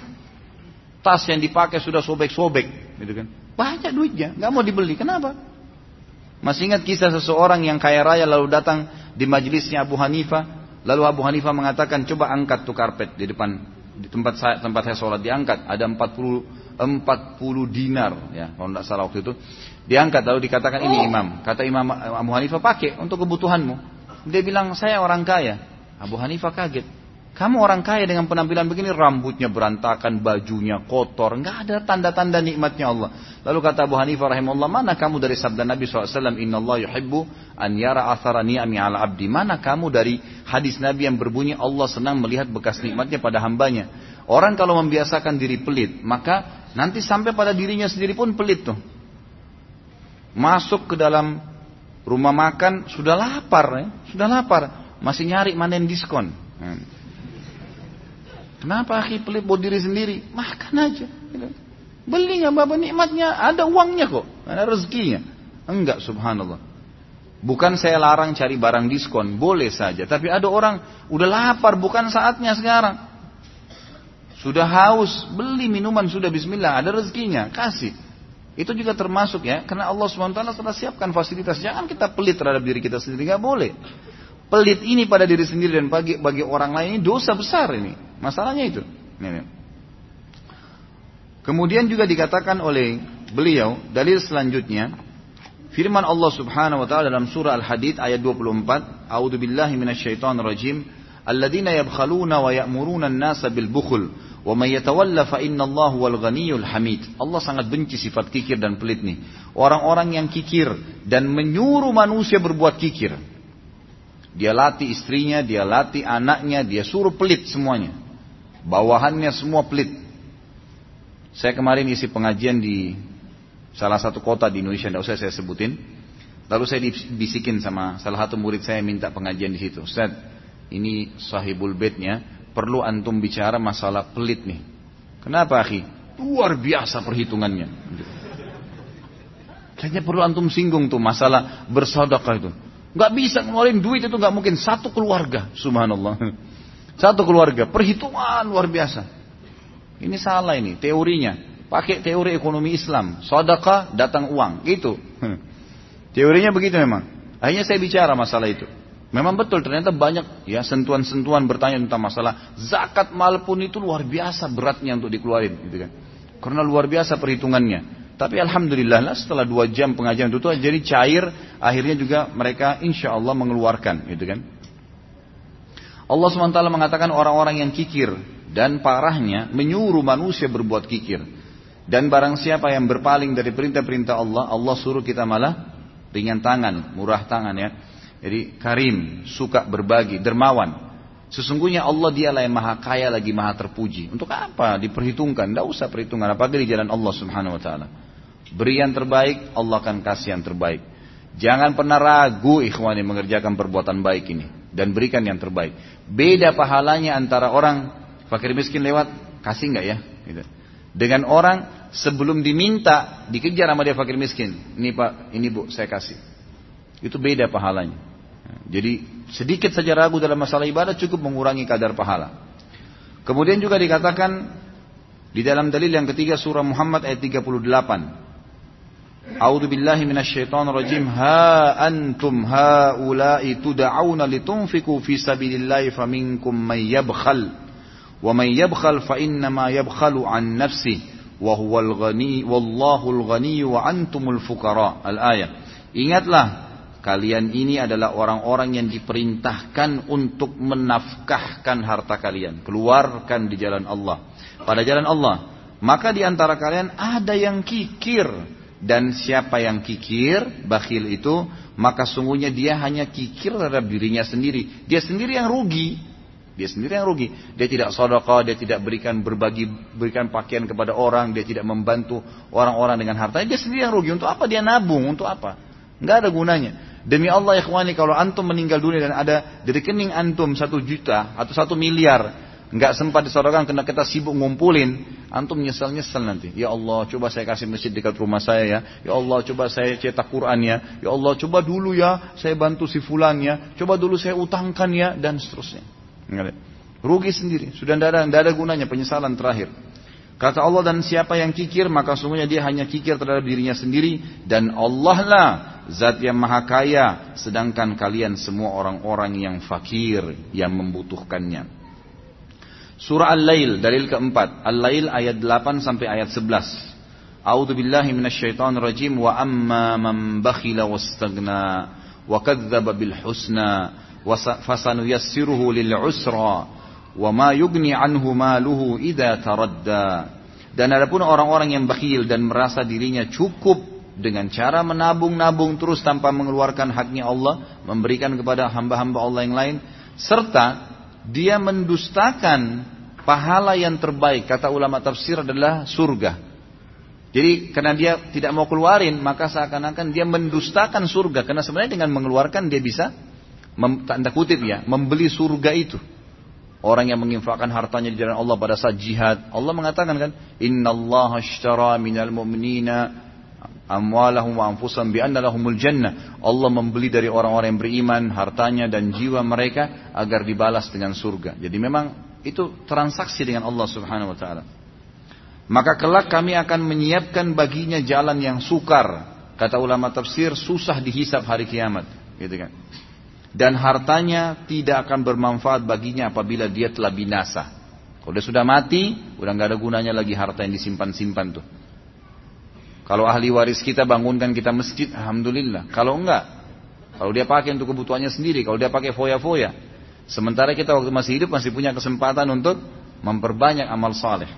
tas yang dipakai sudah sobek-sobek, gitu kan? Banyak duitnya, nggak mau dibeli. Kenapa? Masih ingat kisah seseorang yang kaya raya lalu datang di majelisnya Abu Hanifah, lalu Abu Hanifah mengatakan, coba angkat tuh karpet di depan di tempat saya tempat saya sholat, diangkat. Ada empat puluh dinar, ya kalau tidak salah waktu itu. Diangkat lalu dikatakan, ini imam. Kata Imam Abu Hanifah, pakai untuk kebutuhanmu. Dia bilang, saya orang kaya. Abu Hanifah kaget. Kamu orang kaya dengan penampilan begini, rambutnya berantakan, bajunya kotor, nggak ada tanda-tanda nikmatnya Allah. Lalu kata Abu Hanifah rahimahullah, mana kamu dari sabda Nabi shallallahu alaihi wasallam, Inna Allah yuhibbu an yara athara ni'ami ala abdi. Mana kamu dari hadis Nabi yang berbunyi, Allah senang melihat bekas nikmatnya pada hambanya. Orang kalau membiasakan diri pelit, maka nanti sampai pada dirinya sendiri pun pelit tuh. Masuk ke dalam rumah makan, sudah lapar, ya? Sudah lapar, masih nyari mana yang diskon. Hmm. Kenapa akhi pelit buat diri sendiri? Makan aja. Beli nggak apa-apa, nikmatnya ada uangnya kok, ada rezekinya. Enggak, subhanallah. Bukan saya larang cari barang diskon, boleh saja. Tapi ada orang udah lapar, bukan saatnya sekarang. Sudah haus, beli minuman sudah bismillah, ada rezekinya, kasih. Itu juga termasuk ya, karena Allah subhanahu wa taala telah siapkan fasilitas. Jangan kita pelit terhadap diri kita sendiri, nggak boleh. Pelit ini pada diri sendiri dan bagi bagi orang lain ini dosa besar ini. Masalahnya itu. Ini. Kemudian juga dikatakan oleh beliau, dalil selanjutnya, firman Allah Subhanahu wa taala dalam surah Al-Hadid ayat dua puluh empat, A'udzubillahi minasyaitonir rajim, alladzina yabkhaluna wa ya'muruna an-nasa bil bukhl wa may yatawalla fa innallaha wal ghaniyyul hamid. Allah sangat benci sifat kikir dan pelit nih. Orang-orang yang kikir dan menyuruh manusia berbuat kikir. Dia latih istrinya, dia latih anaknya, dia suruh pelit semuanya. Bawahannya semua pelit. Saya kemarin isi pengajian di salah satu kota di Indonesia, tidak usah saya sebutin. Lalu saya dibisikin sama salah satu murid saya minta pengajian di situ. Ustaz, ini sahibul baitnya, perlu antum bicara masalah pelit nih. Kenapa akhi? Luar biasa perhitungannya. Kayaknya perlu antum singgung tuh masalah bersedekah itu. Gak bisa ngeluarin duit itu, gak mungkin. Satu keluarga, subhanallah. Satu keluarga, perhitungan luar biasa. Ini salah ini, teorinya. Pakai teori ekonomi Islam. Sedekah datang uang, gitu. Teorinya begitu memang. Akhirnya saya bicara masalah itu. Memang betul, ternyata banyak ya sentuhan-sentuhan bertanya tentang masalah zakat mal pun itu luar biasa beratnya untuk dikeluarin, gitu kan. Karena luar biasa perhitungannya. Tapi alhamdulillah lah setelah dua jam pengajian itu jadi cair, akhirnya juga mereka insya Allah mengeluarkan, gitu kan. Allah subhanahu wa taala mengatakan orang-orang yang kikir dan parahnya menyuruh manusia berbuat kikir. Dan barang siapa yang berpaling dari perintah-perintah Allah, Allah suruh kita malah ringan tangan, murah tangan ya. Jadi karim, suka berbagi, dermawan. Sesungguhnya Allah dialah yang maha kaya lagi maha terpuji. Untuk apa diperhitungkan? Tidak usah perhitungan, apalagi di jalan Allah subhanahu wa ta'ala. Beri yang terbaik, Allah akan kasih yang terbaik. Jangan pernah ragu ikhwani mengerjakan perbuatan baik ini. Dan berikan yang terbaik. Beda pahalanya antara orang fakir miskin lewat, kasih enggak ya? Gitu. Dengan orang sebelum diminta, dikejar sama dia fakir miskin. Ini pak, ini bu, saya kasih. Itu beda pahalanya. Jadi sedikit saja ragu dalam masalah ibadah cukup mengurangi kadar pahala. Kemudian juga dikatakan di dalam dalil yang ketiga surah Muhammad ayat tiga puluh delapan. A'udzu billahi minasyaitonir rajim. Ha antum haula'i tud'auna litunfiqu fi sabilillahi faminkum may yabkhal wa may yabkhal fa inna ma yabkhalu an nafsihi wa huwal ghani wallahul ghani wa antumul fuqara. Al-ayat. Ingatlah, kalian ini adalah orang-orang yang diperintahkan untuk menafkahkan harta kalian. Keluarkan di jalan Allah. Pada jalan Allah. Maka di antara kalian ada yang kikir. Dan siapa yang kikir, bakhil itu, maka sungguhnya dia hanya kikir terhadap dirinya sendiri. Dia sendiri yang rugi. Dia sendiri yang rugi. Dia tidak sedekah, dia tidak berikan berbagi, berikan pakaian kepada orang, dia tidak membantu orang-orang dengan hartanya. Dia sendiri yang rugi. Untuk apa dia nabung? Untuk apa? Enggak ada gunanya. Demi Allah ikhwani, kalau antum meninggal dunia dan ada di rekening antum satu juta atau satu miliar, nggak sempat disedekahkan karena kita sibuk ngumpulin, antum nyesel-nyesel nanti. Ya Allah, coba saya kasih masjid dekat rumah saya ya. Ya Allah, coba saya cetak Quran ya. Ya Allah, coba dulu ya saya bantu si fulan ya. Coba dulu saya utangkan ya, dan seterusnya. Rugi sendiri, sudah tidak ada, tidak ada gunanya, penyesalan terakhir. Kata Allah, dan siapa yang kikir maka sungguhnya dia hanya kikir terhadap dirinya sendiri, dan Allah lah zat yang maha kaya, sedangkan kalian semua orang-orang yang fakir, yang membutuhkannya. Surah Al-Lail, dalil keempat. Al-Lail ayat delapan sampai ayat sebelas. A'udzu billahi minasyaitonir rajim. Wa amma man bakhila wastaghna wa kadzdzaba bil husna fasanuyassiruhu lil usra. Wa ma yugni anhu maluhu idza taradda. Dan adapun orang-orang yang bakhil dan merasa dirinya cukup dengan cara menabung-nabung terus tanpa mengeluarkan haknya Allah, memberikan kepada hamba-hamba Allah yang lain, serta dia mendustakan pahala yang terbaik, kata ulama tafsir adalah surga. Jadi karena dia tidak mau keluarin, maka seakan-akan dia mendustakan surga, karena sebenarnya dengan mengeluarkan dia bisa, tanda kutip ya, membeli surga itu. Orang yang menginfakkan hartanya di jalan Allah pada saat jihad, Allah mengatakan kan, innallaha ashtara minal mu'minina amwalahum wa anfusahum bi anna lahumul jannah. Allah membeli dari orang-orang yang beriman hartanya dan jiwa mereka agar dibalas dengan surga. Jadi memang itu transaksi dengan Allah Subhanahu wa taala. Maka kelak kami akan menyiapkan baginya jalan yang sukar. Kata ulama tafsir, susah dihisab hari kiamat, gitu kan. Dan hartanya tidak akan bermanfaat baginya apabila dia telah binasa. Kalau dia sudah mati, udah nggak ada gunanya lagi harta yang disimpan-simpan tuh. Kalau ahli waris kita bangunkan kita masjid, alhamdulillah. Kalau enggak, kalau dia pakai untuk kebutuhannya sendiri, kalau dia pakai foya-foya. Sementara kita waktu masih hidup masih punya kesempatan untuk memperbanyak amal saleh.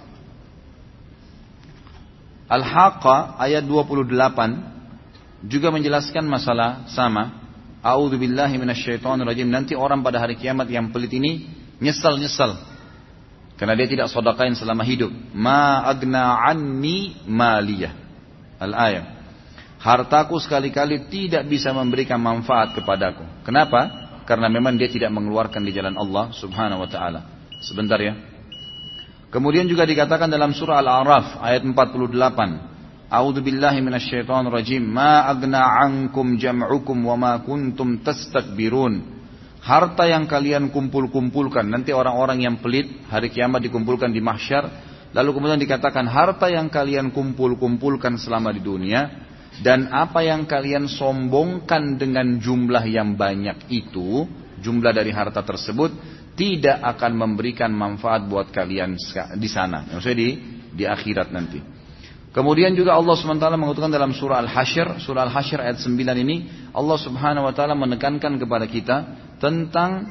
Al-Haqqah ayat dua puluh delapan juga menjelaskan masalah sama. A'udzu billahi minasyaitonir rajim. Nanti orang pada hari kiamat yang pelit ini nyesal-nyesal karena dia tidak sedekahin selama hidup. Ma agna anni maliyah. Al-ayat. Hartaku sekali-kali tidak bisa memberikan manfaat kepadaku. Kenapa? Karena memang dia tidak mengeluarkan di jalan Allah Subhanahu wa taala. Sebentar ya. Kemudian juga dikatakan dalam surah Al-A'raf ayat empat puluh delapan. A'udzu billahi minasyaitonir rajim. Ma agna ankum jam'ukum wa ma kuntum tastakbirun. Harta yang kalian kumpul-kumpulkan, nanti orang-orang yang pelit hari kiamat dikumpulkan di mahsyar, lalu kemudian dikatakan harta yang kalian kumpul-kumpulkan selama di dunia dan apa yang kalian sombongkan dengan jumlah yang banyak itu, jumlah dari harta tersebut tidak akan memberikan manfaat buat kalian di sana, maksudnya di di akhirat nanti. Kemudian juga Allah subhanahu wa taala mengatakan dalam surah Al-Hasyr, surah Al-Hasyr ayat sembilan ini, Allah subhanahu wa taala menekankan kepada kita tentang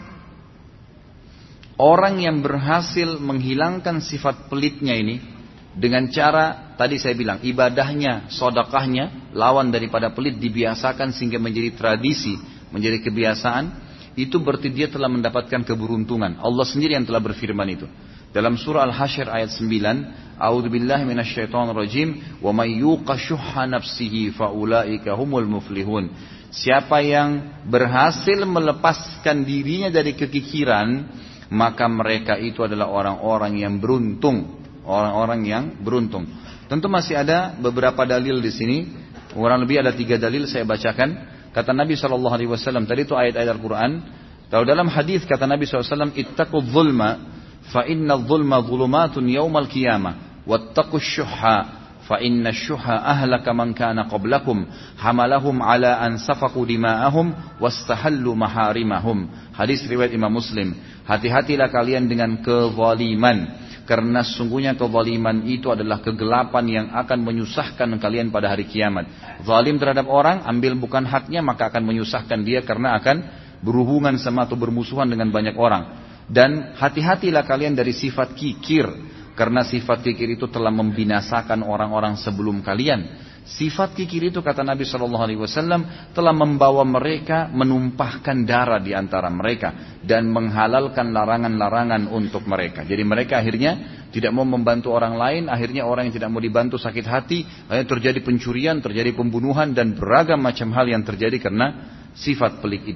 orang yang berhasil menghilangkan sifat pelitnya ini dengan cara, tadi saya bilang, ibadahnya, sedekahnya, lawan daripada pelit dibiasakan sehingga menjadi tradisi, menjadi kebiasaan, itu berarti dia telah mendapatkan keberuntungan. Allah sendiri yang telah berfirman itu. Dalam surah Al-Hasyr ayat sembilan, A'udzu billahi minasyaitonir rajim, wa may yuqa syuhha nafsihi faulaika humul muflihun. Siapa yang berhasil melepaskan dirinya dari kekikiran, maka mereka itu adalah orang-orang yang beruntung, orang-orang yang beruntung. Tentu masih ada beberapa dalil di sini, kurang lebih ada tiga dalil saya bacakan. Kata Nabi shallallahu alaihi wasallam, tadi itu ayat-ayat Al-Quran. Kalau dalam hadis kata Nabi shallallahu alaihi wasallam, ittaqu dzulma fa inna dzulma dzulumatun yaumal qiyamah wattaqu syuhha fa inna syuhha ahlaka man kana qablakum hamalahum ala an safaqu dima'ahum wastahallu maharimahum. Hadis riwayat Imam Muslim. Hati-hatilah kalian dengan kezaliman, karena sungguhnya kezaliman itu adalah kegelapan yang akan menyusahkan kalian pada hari kiamat. Zalim terhadap orang, ambil bukan haknya, maka akan menyusahkan dia karena akan berhubungan sama atau bermusuhan dengan banyak orang. Dan hati-hatilah kalian dari sifat kikir, karena sifat kikir itu telah membinasakan orang-orang sebelum kalian. Sifat kikir itu kata Nabi shallallahu alaihi wasallam telah membawa mereka menumpahkan darah di antara mereka dan menghalalkan larangan-larangan untuk mereka. Jadi mereka akhirnya tidak mau membantu orang lain, akhirnya orang yang tidak mau dibantu sakit hati, akhirnya terjadi pencurian, terjadi pembunuhan dan beragam macam hal yang terjadi karena sifat pelik itu.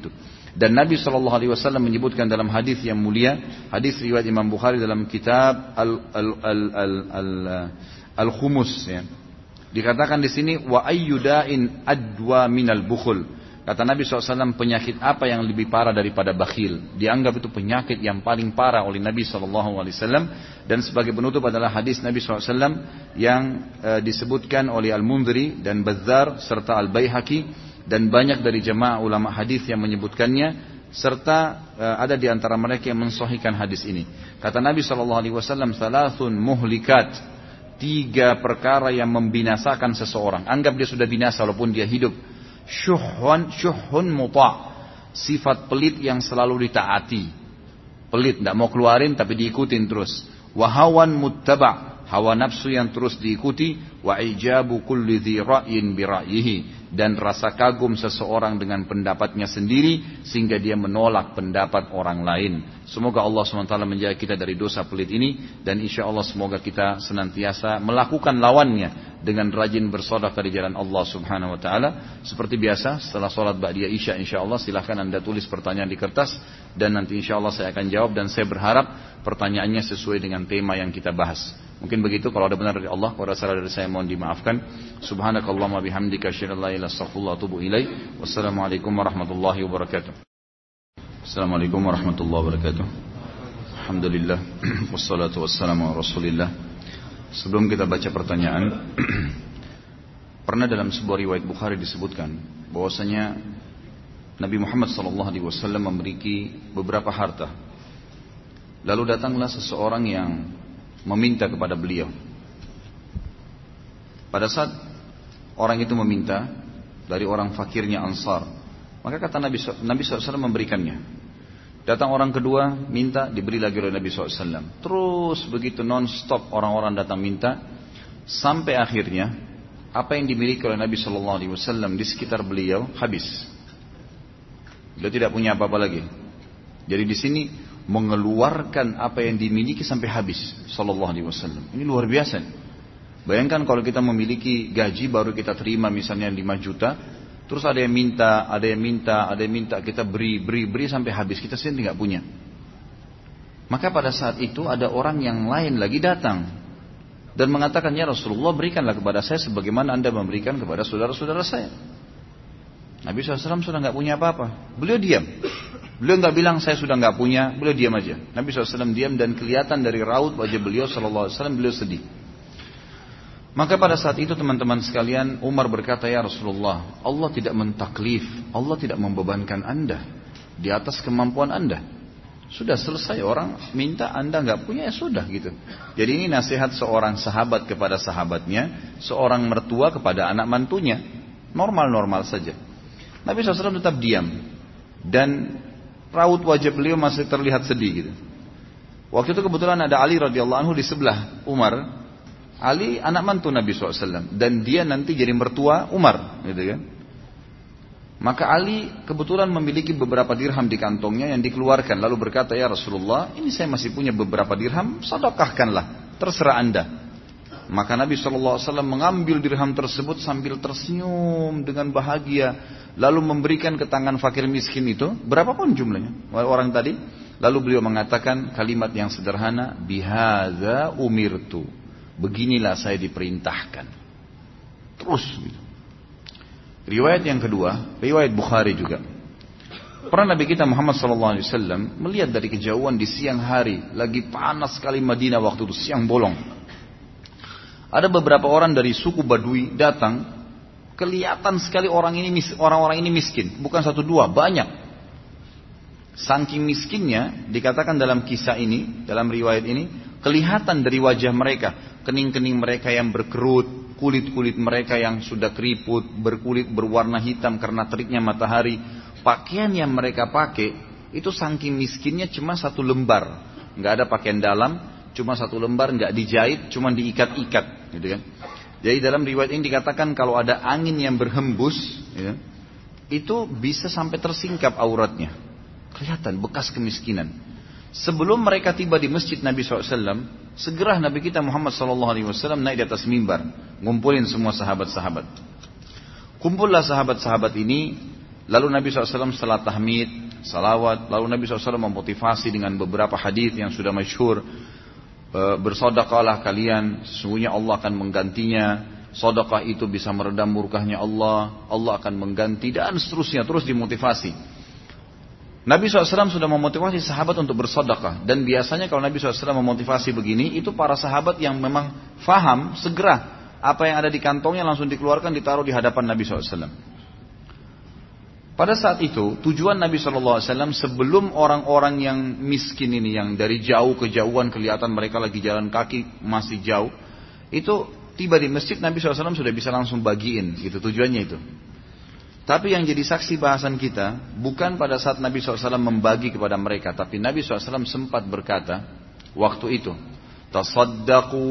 Dan Nabi shallallahu alaihi wasallam menyebutkan dalam hadis yang mulia, hadis riwayat Imam Bukhari dalam kitab al al al al al, al Khumus ya. Dikatakan di sini wa ayyudain adwa minal bukhul. Kata Nabi shallallahu alaihi wasallam, penyakit apa yang lebih parah daripada bakhil? Dianggap itu penyakit yang paling parah oleh Nabi shallallahu alaihi wasallam. Dan sebagai penutup adalah hadis Nabi shallallahu alaihi wasallam yang e, disebutkan oleh Al-Mundhiri dan Bazzar serta Al-Baihaqi dan banyak dari jemaah ulama hadis yang menyebutkannya, serta e, ada di antara mereka yang mensahihkan hadis ini. Kata Nabi shallallahu alaihi wasallam, "Salasun muhlikat." Tiga perkara yang membinasakan seseorang. Anggap dia sudah binasa walaupun dia hidup. Syuhun, syuhun muta', sifat pelit yang selalu ditaati. Pelit, tidak mau keluarin tapi diikutin terus. Wahawan muttaba', hawa nafsu yang terus diikuti. Wa ijabu kulli dhi ra'yin bi ra'yihi, dan rasa kagum seseorang dengan pendapatnya sendiri sehingga dia menolak pendapat orang lain. Semoga Allah subhanahu wa taala menjaga kita dari dosa pelit ini, dan insya Allah semoga kita senantiasa melakukan lawannya dengan rajin bersedekah di jalan Allah subhanahu wa taala. Seperti biasa setelah sholat ba'diyah isya insya Allah silahkan Anda tulis pertanyaan di kertas, dan nanti insya Allah saya akan jawab, dan saya berharap pertanyaannya sesuai dengan tema yang kita bahas. Mungkin begitu, kalau ada benar dari Allah, kalau ada salah dari saya mohon dimaafkan. Subhanakallahumma bihamdika asyhadu an la ilaha illa anta astaghfiruka wa atubu ilaik. Wassalamualaikum warahmatullahi wabarakatuh. Assalamualaikum warahmatullahi wabarakatuh. Alhamdulillah wassalatu wassalamu ala Rasulillah. Sebelum kita baca pertanyaan, pernah dalam sebuah riwayat Bukhari disebutkan bahwasanya Nabi Muhammad sallallahu alaihi wasallam memiliki beberapa harta. Lalu datanglah seseorang yang meminta kepada beliau. Pada saat orang itu meminta dari orang fakirnya Ansar, maka kata Nabi Nabi shallallahu alaihi wasallam memberikannya. Datang orang kedua minta, diberi lagi oleh Nabi shallallahu alaihi wasallam. Terus begitu non-stop orang-orang datang minta, sampai akhirnya apa yang dimiliki oleh Nabi shallallahu alaihi wasallam di sekitar beliau habis. Beliau tidak punya apa-apa lagi. Jadi di sini mengeluarkan apa yang dimiliki sampai habis sallallahu alaihi wasallam. Ini luar biasa. Bayangkan kalau kita memiliki gaji baru kita terima misalnya lima juta, terus ada yang minta, ada yang minta, ada yang minta, kita beri, beri, beri sampai habis, kita sendiri nggak punya. Maka pada saat itu ada orang yang lain lagi datang dan mengatakan, ya Rasulullah, berikanlah kepada saya sebagaimana Anda memberikan kepada saudara-saudara saya. Nabi shallallahu alaihi wasallam sudah nggak punya apa-apa. Beliau diam. Beliau nggak bilang saya sudah nggak punya, beliau diam aja. Nabi shallallahu alaihi wasallam diam, dan kelihatan dari raut wajah beliau shallallahu alaihi wasallam beliau sedih. Maka pada saat itu teman-teman sekalian, Umar berkata, ya Rasulullah, Allah tidak mentaklif, Allah tidak membebankan Anda di atas kemampuan Anda. Sudah selesai, orang minta Anda nggak punya, ya sudah gitu. Jadi ini nasihat seorang sahabat kepada sahabatnya, seorang mertua kepada anak mantunya, normal-normal saja. Nabi shallallahu alaihi wasallam tetap diam, dan raut wajah beliau masih terlihat sedih gitu. Waktu itu kebetulan ada Ali radhiyallahu anhu di sebelah Umar. Ali anak mantu Nabi shallallahu alaihi wasallam, dan dia nanti jadi mertua Umar, gitu kan? Maka Ali kebetulan memiliki beberapa dirham di kantongnya yang dikeluarkan, lalu berkata, ya Rasulullah, ini saya masih punya beberapa dirham, sedekahkanlah, terserah Anda. Maka Nabi shallallahu alaihi wasallam mengambil dirham tersebut sambil tersenyum dengan bahagia, lalu memberikan ke tangan fakir miskin itu, berapapun jumlahnya orang tadi. Lalu beliau mengatakan kalimat yang sederhana, bihadza umirtu, beginilah saya diperintahkan. Terus gitu. Riwayat yang kedua, riwayat Bukhari juga. Pernah Nabi kita Muhammad sallallahu alaihi wasallam melihat dari kejauhan di siang hari, lagi panas sekali Madinah waktu itu, siang bolong. Ada beberapa orang dari suku Badui datang, kelihatan sekali orang ini orang-orang ini miskin, bukan satu dua, banyak. Saking miskinnya, dikatakan dalam kisah ini, dalam riwayat ini, kelihatan dari wajah mereka, kening-kening mereka yang berkerut, kulit-kulit mereka yang sudah keriput, berkulit berwarna hitam karena teriknya matahari. Pakaian yang mereka pakai itu saking miskinnya cuma satu lembar, nggak ada pakaian dalam, cuma satu lembar, nggak dijahit, cuma diikat-ikat, gitu kan? Jadi dalam riwayat ini dikatakan kalau ada angin yang berhembus, ya, itu bisa sampai tersingkap auratnya, kelihatan bekas kemiskinan. Sebelum mereka tiba di masjid Nabi shallallahu alaihi wasallam, segera Nabi kita Muhammad shallallahu alaihi wasallam naik di atas mimbar, ngumpulin semua sahabat-sahabat. Kumpullah sahabat-sahabat ini, lalu Nabi shallallahu alaihi wasallam setelah tahmid, salawat. Lalu Nabi shallallahu alaihi wasallam memotivasi dengan beberapa hadis yang sudah masyhur. Bersedekahlah kalian, sesungguhnya Allah akan menggantinya. Sedekah itu bisa meredam murkahnya Allah, Allah akan mengganti, dan seterusnya, terus dimotivasi. Nabi shallallahu alaihi wasallam sudah memotivasi sahabat untuk bersedekah. Dan biasanya kalau Nabi shallallahu alaihi wasallam memotivasi begini, itu para sahabat yang memang faham, segera apa yang ada di kantongnya langsung dikeluarkan, ditaruh di hadapan Nabi shallallahu alaihi wasallam. Pada saat itu, tujuan Nabi shallallahu alaihi wasallam sebelum orang-orang yang miskin ini, yang dari jauh kejauhan kelihatan mereka lagi jalan kaki masih jauh, itu tiba di masjid, Nabi shallallahu alaihi wasallam sudah bisa langsung bagiin, gitu tujuannya itu. Tapi yang jadi saksi bahasan kita, bukan pada saat Nabi shallallahu alaihi wasallam membagi kepada mereka, tapi Nabi shallallahu alaihi wasallam sempat berkata, waktu itu, tasaddaqu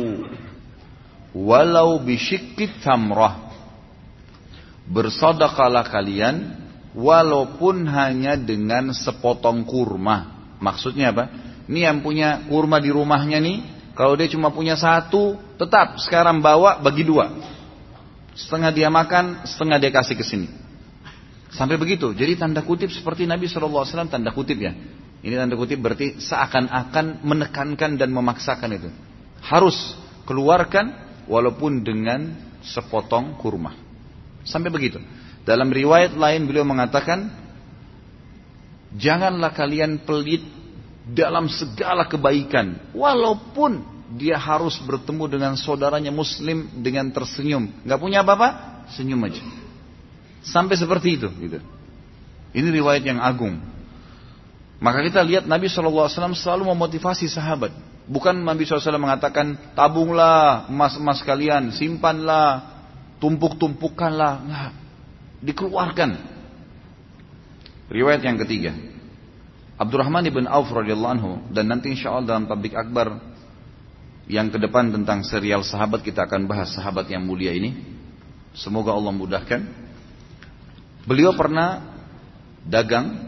walau bisyikki tamrah, bersedekahlah kalian walaupun hanya dengan sepotong kurma. Maksudnya apa? Ini yang punya kurma di rumahnya nih, kalau dia cuma punya satu, tetap sekarang bawa bagi dua. Setengah dia makan, setengah dia kasih ke sini. Sampai begitu. Jadi tanda kutip seperti Nabi shallallahu alaihi wasallam, tanda kutip ya. Ini tanda kutip berarti seakan-akan menekankan dan memaksakan itu. Harus keluarkan walaupun dengan sepotong kurma. Sampai begitu. Dalam riwayat lain beliau mengatakan, janganlah kalian pelit dalam segala kebaikan, walaupun dia harus bertemu dengan saudaranya muslim dengan tersenyum. Gak punya apa-apa, senyum aja. Sampai seperti itu. Gitu. Ini riwayat yang agung. Maka kita lihat Nabi shallallahu alaihi wasallam selalu memotivasi sahabat. Bukan Nabi shallallahu alaihi wasallam mengatakan, tabunglah emas-emas kalian, simpanlah, tumpuk-tumpukanlah. Nggak. Dikeluarkan. Riwayat yang ketiga, Abdurrahman ibn Auf radhiyallahu anhu, dan nanti insya Allah dalam tablik akbar yang ke depan tentang serial sahabat kita akan bahas sahabat yang mulia ini. Semoga Allah mudahkan. Beliau pernah dagang,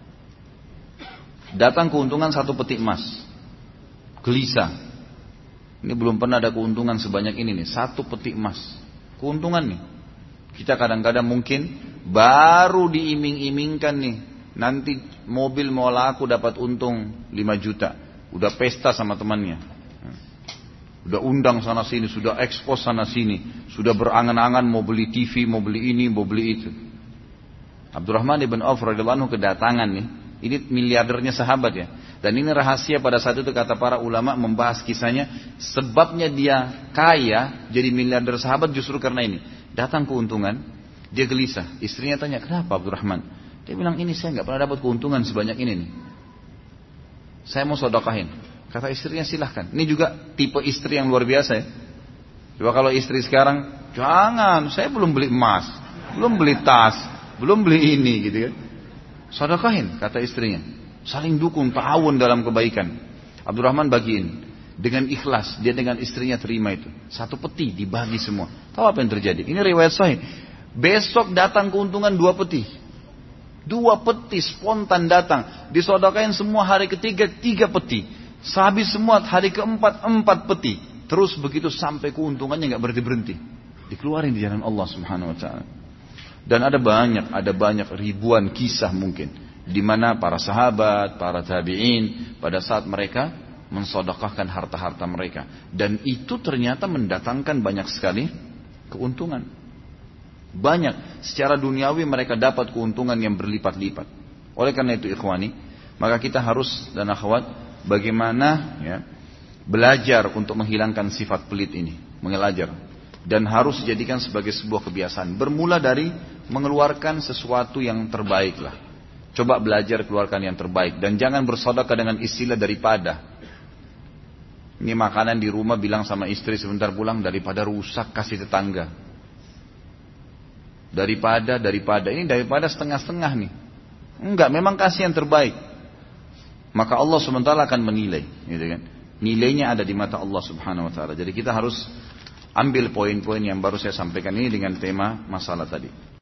datang keuntungan satu peti emas, gelisah. Ini belum pernah ada keuntungan sebanyak ini nih, satu peti emas, keuntungan nih. Kita kadang-kadang mungkin baru diiming-imingkan nih, nanti mobil mau laku dapat untung lima juta. Udah pesta sama temannya. Udah undang sana sini, sudah ekspos sana sini. Sudah berangan-angan mau beli T V, mau beli ini, mau beli itu. Abdurrahman ibn Auf radhiyallahu anhu kedatangan nih. Ini miliardernya sahabat ya. Dan ini rahasia pada saat itu kata para ulama membahas kisahnya. Sebabnya dia kaya jadi miliarder sahabat justru karena ini. Datang keuntungan, dia gelisah. Istrinya tanya, kenapa Abdurrahman? Dia bilang, ini saya nggak pernah dapat keuntungan sebanyak ini nih. Saya mau sedekahin. Kata istrinya, silahkan. Ini juga tipe istri yang luar biasa ya. Coba kalau istri sekarang, jangan, saya belum beli emas, belum beli tas, belum beli ini gitu kan. Sedekahin, kata istrinya. Saling dukung, ta'awun dalam kebaikan. Abdurrahman bagiin. Dengan ikhlas, dia dengan istrinya terima itu. Satu peti dibagi semua. Tahu apa yang terjadi? Ini riwayat sahih. Besok datang keuntungan dua peti. Dua peti spontan datang. Disedekahin semua hari ketiga, tiga peti. Sehabis semua hari keempat, empat peti. Terus begitu sampai keuntungannya gak berhenti-berhenti. Dikeluarin di jalan Allah subhanahu wa ta'ala. Dan ada banyak, ada banyak ribuan kisah mungkin. Di mana para sahabat, para tabi'in, pada saat mereka mensedekahkan harta-harta mereka, dan itu ternyata mendatangkan banyak sekali keuntungan. Banyak secara duniawi mereka dapat keuntungan yang berlipat-lipat. Oleh karena itu ikhwani, maka kita harus dan akhwat bagaimana ya belajar untuk menghilangkan sifat pelit ini, mengajar, dan harus dijadikan sebagai sebuah kebiasaan. Bermula dari mengeluarkan sesuatu yang terbaik lah. Coba belajar keluarkan yang terbaik dan jangan bersedekah dengan istilah daripada. Ini makanan di rumah bilang sama istri sebentar pulang, daripada rusak kasih tetangga. Daripada, daripada. Ini daripada setengah-setengah nih. Enggak, memang kasih yang terbaik. Maka Allah subhanahu wa taala akan menilai. Gitu kan? Nilainya ada di mata Allah subhanahu wa taala. Jadi kita harus ambil poin-poin yang baru saya sampaikan ini dengan tema masalah tadi.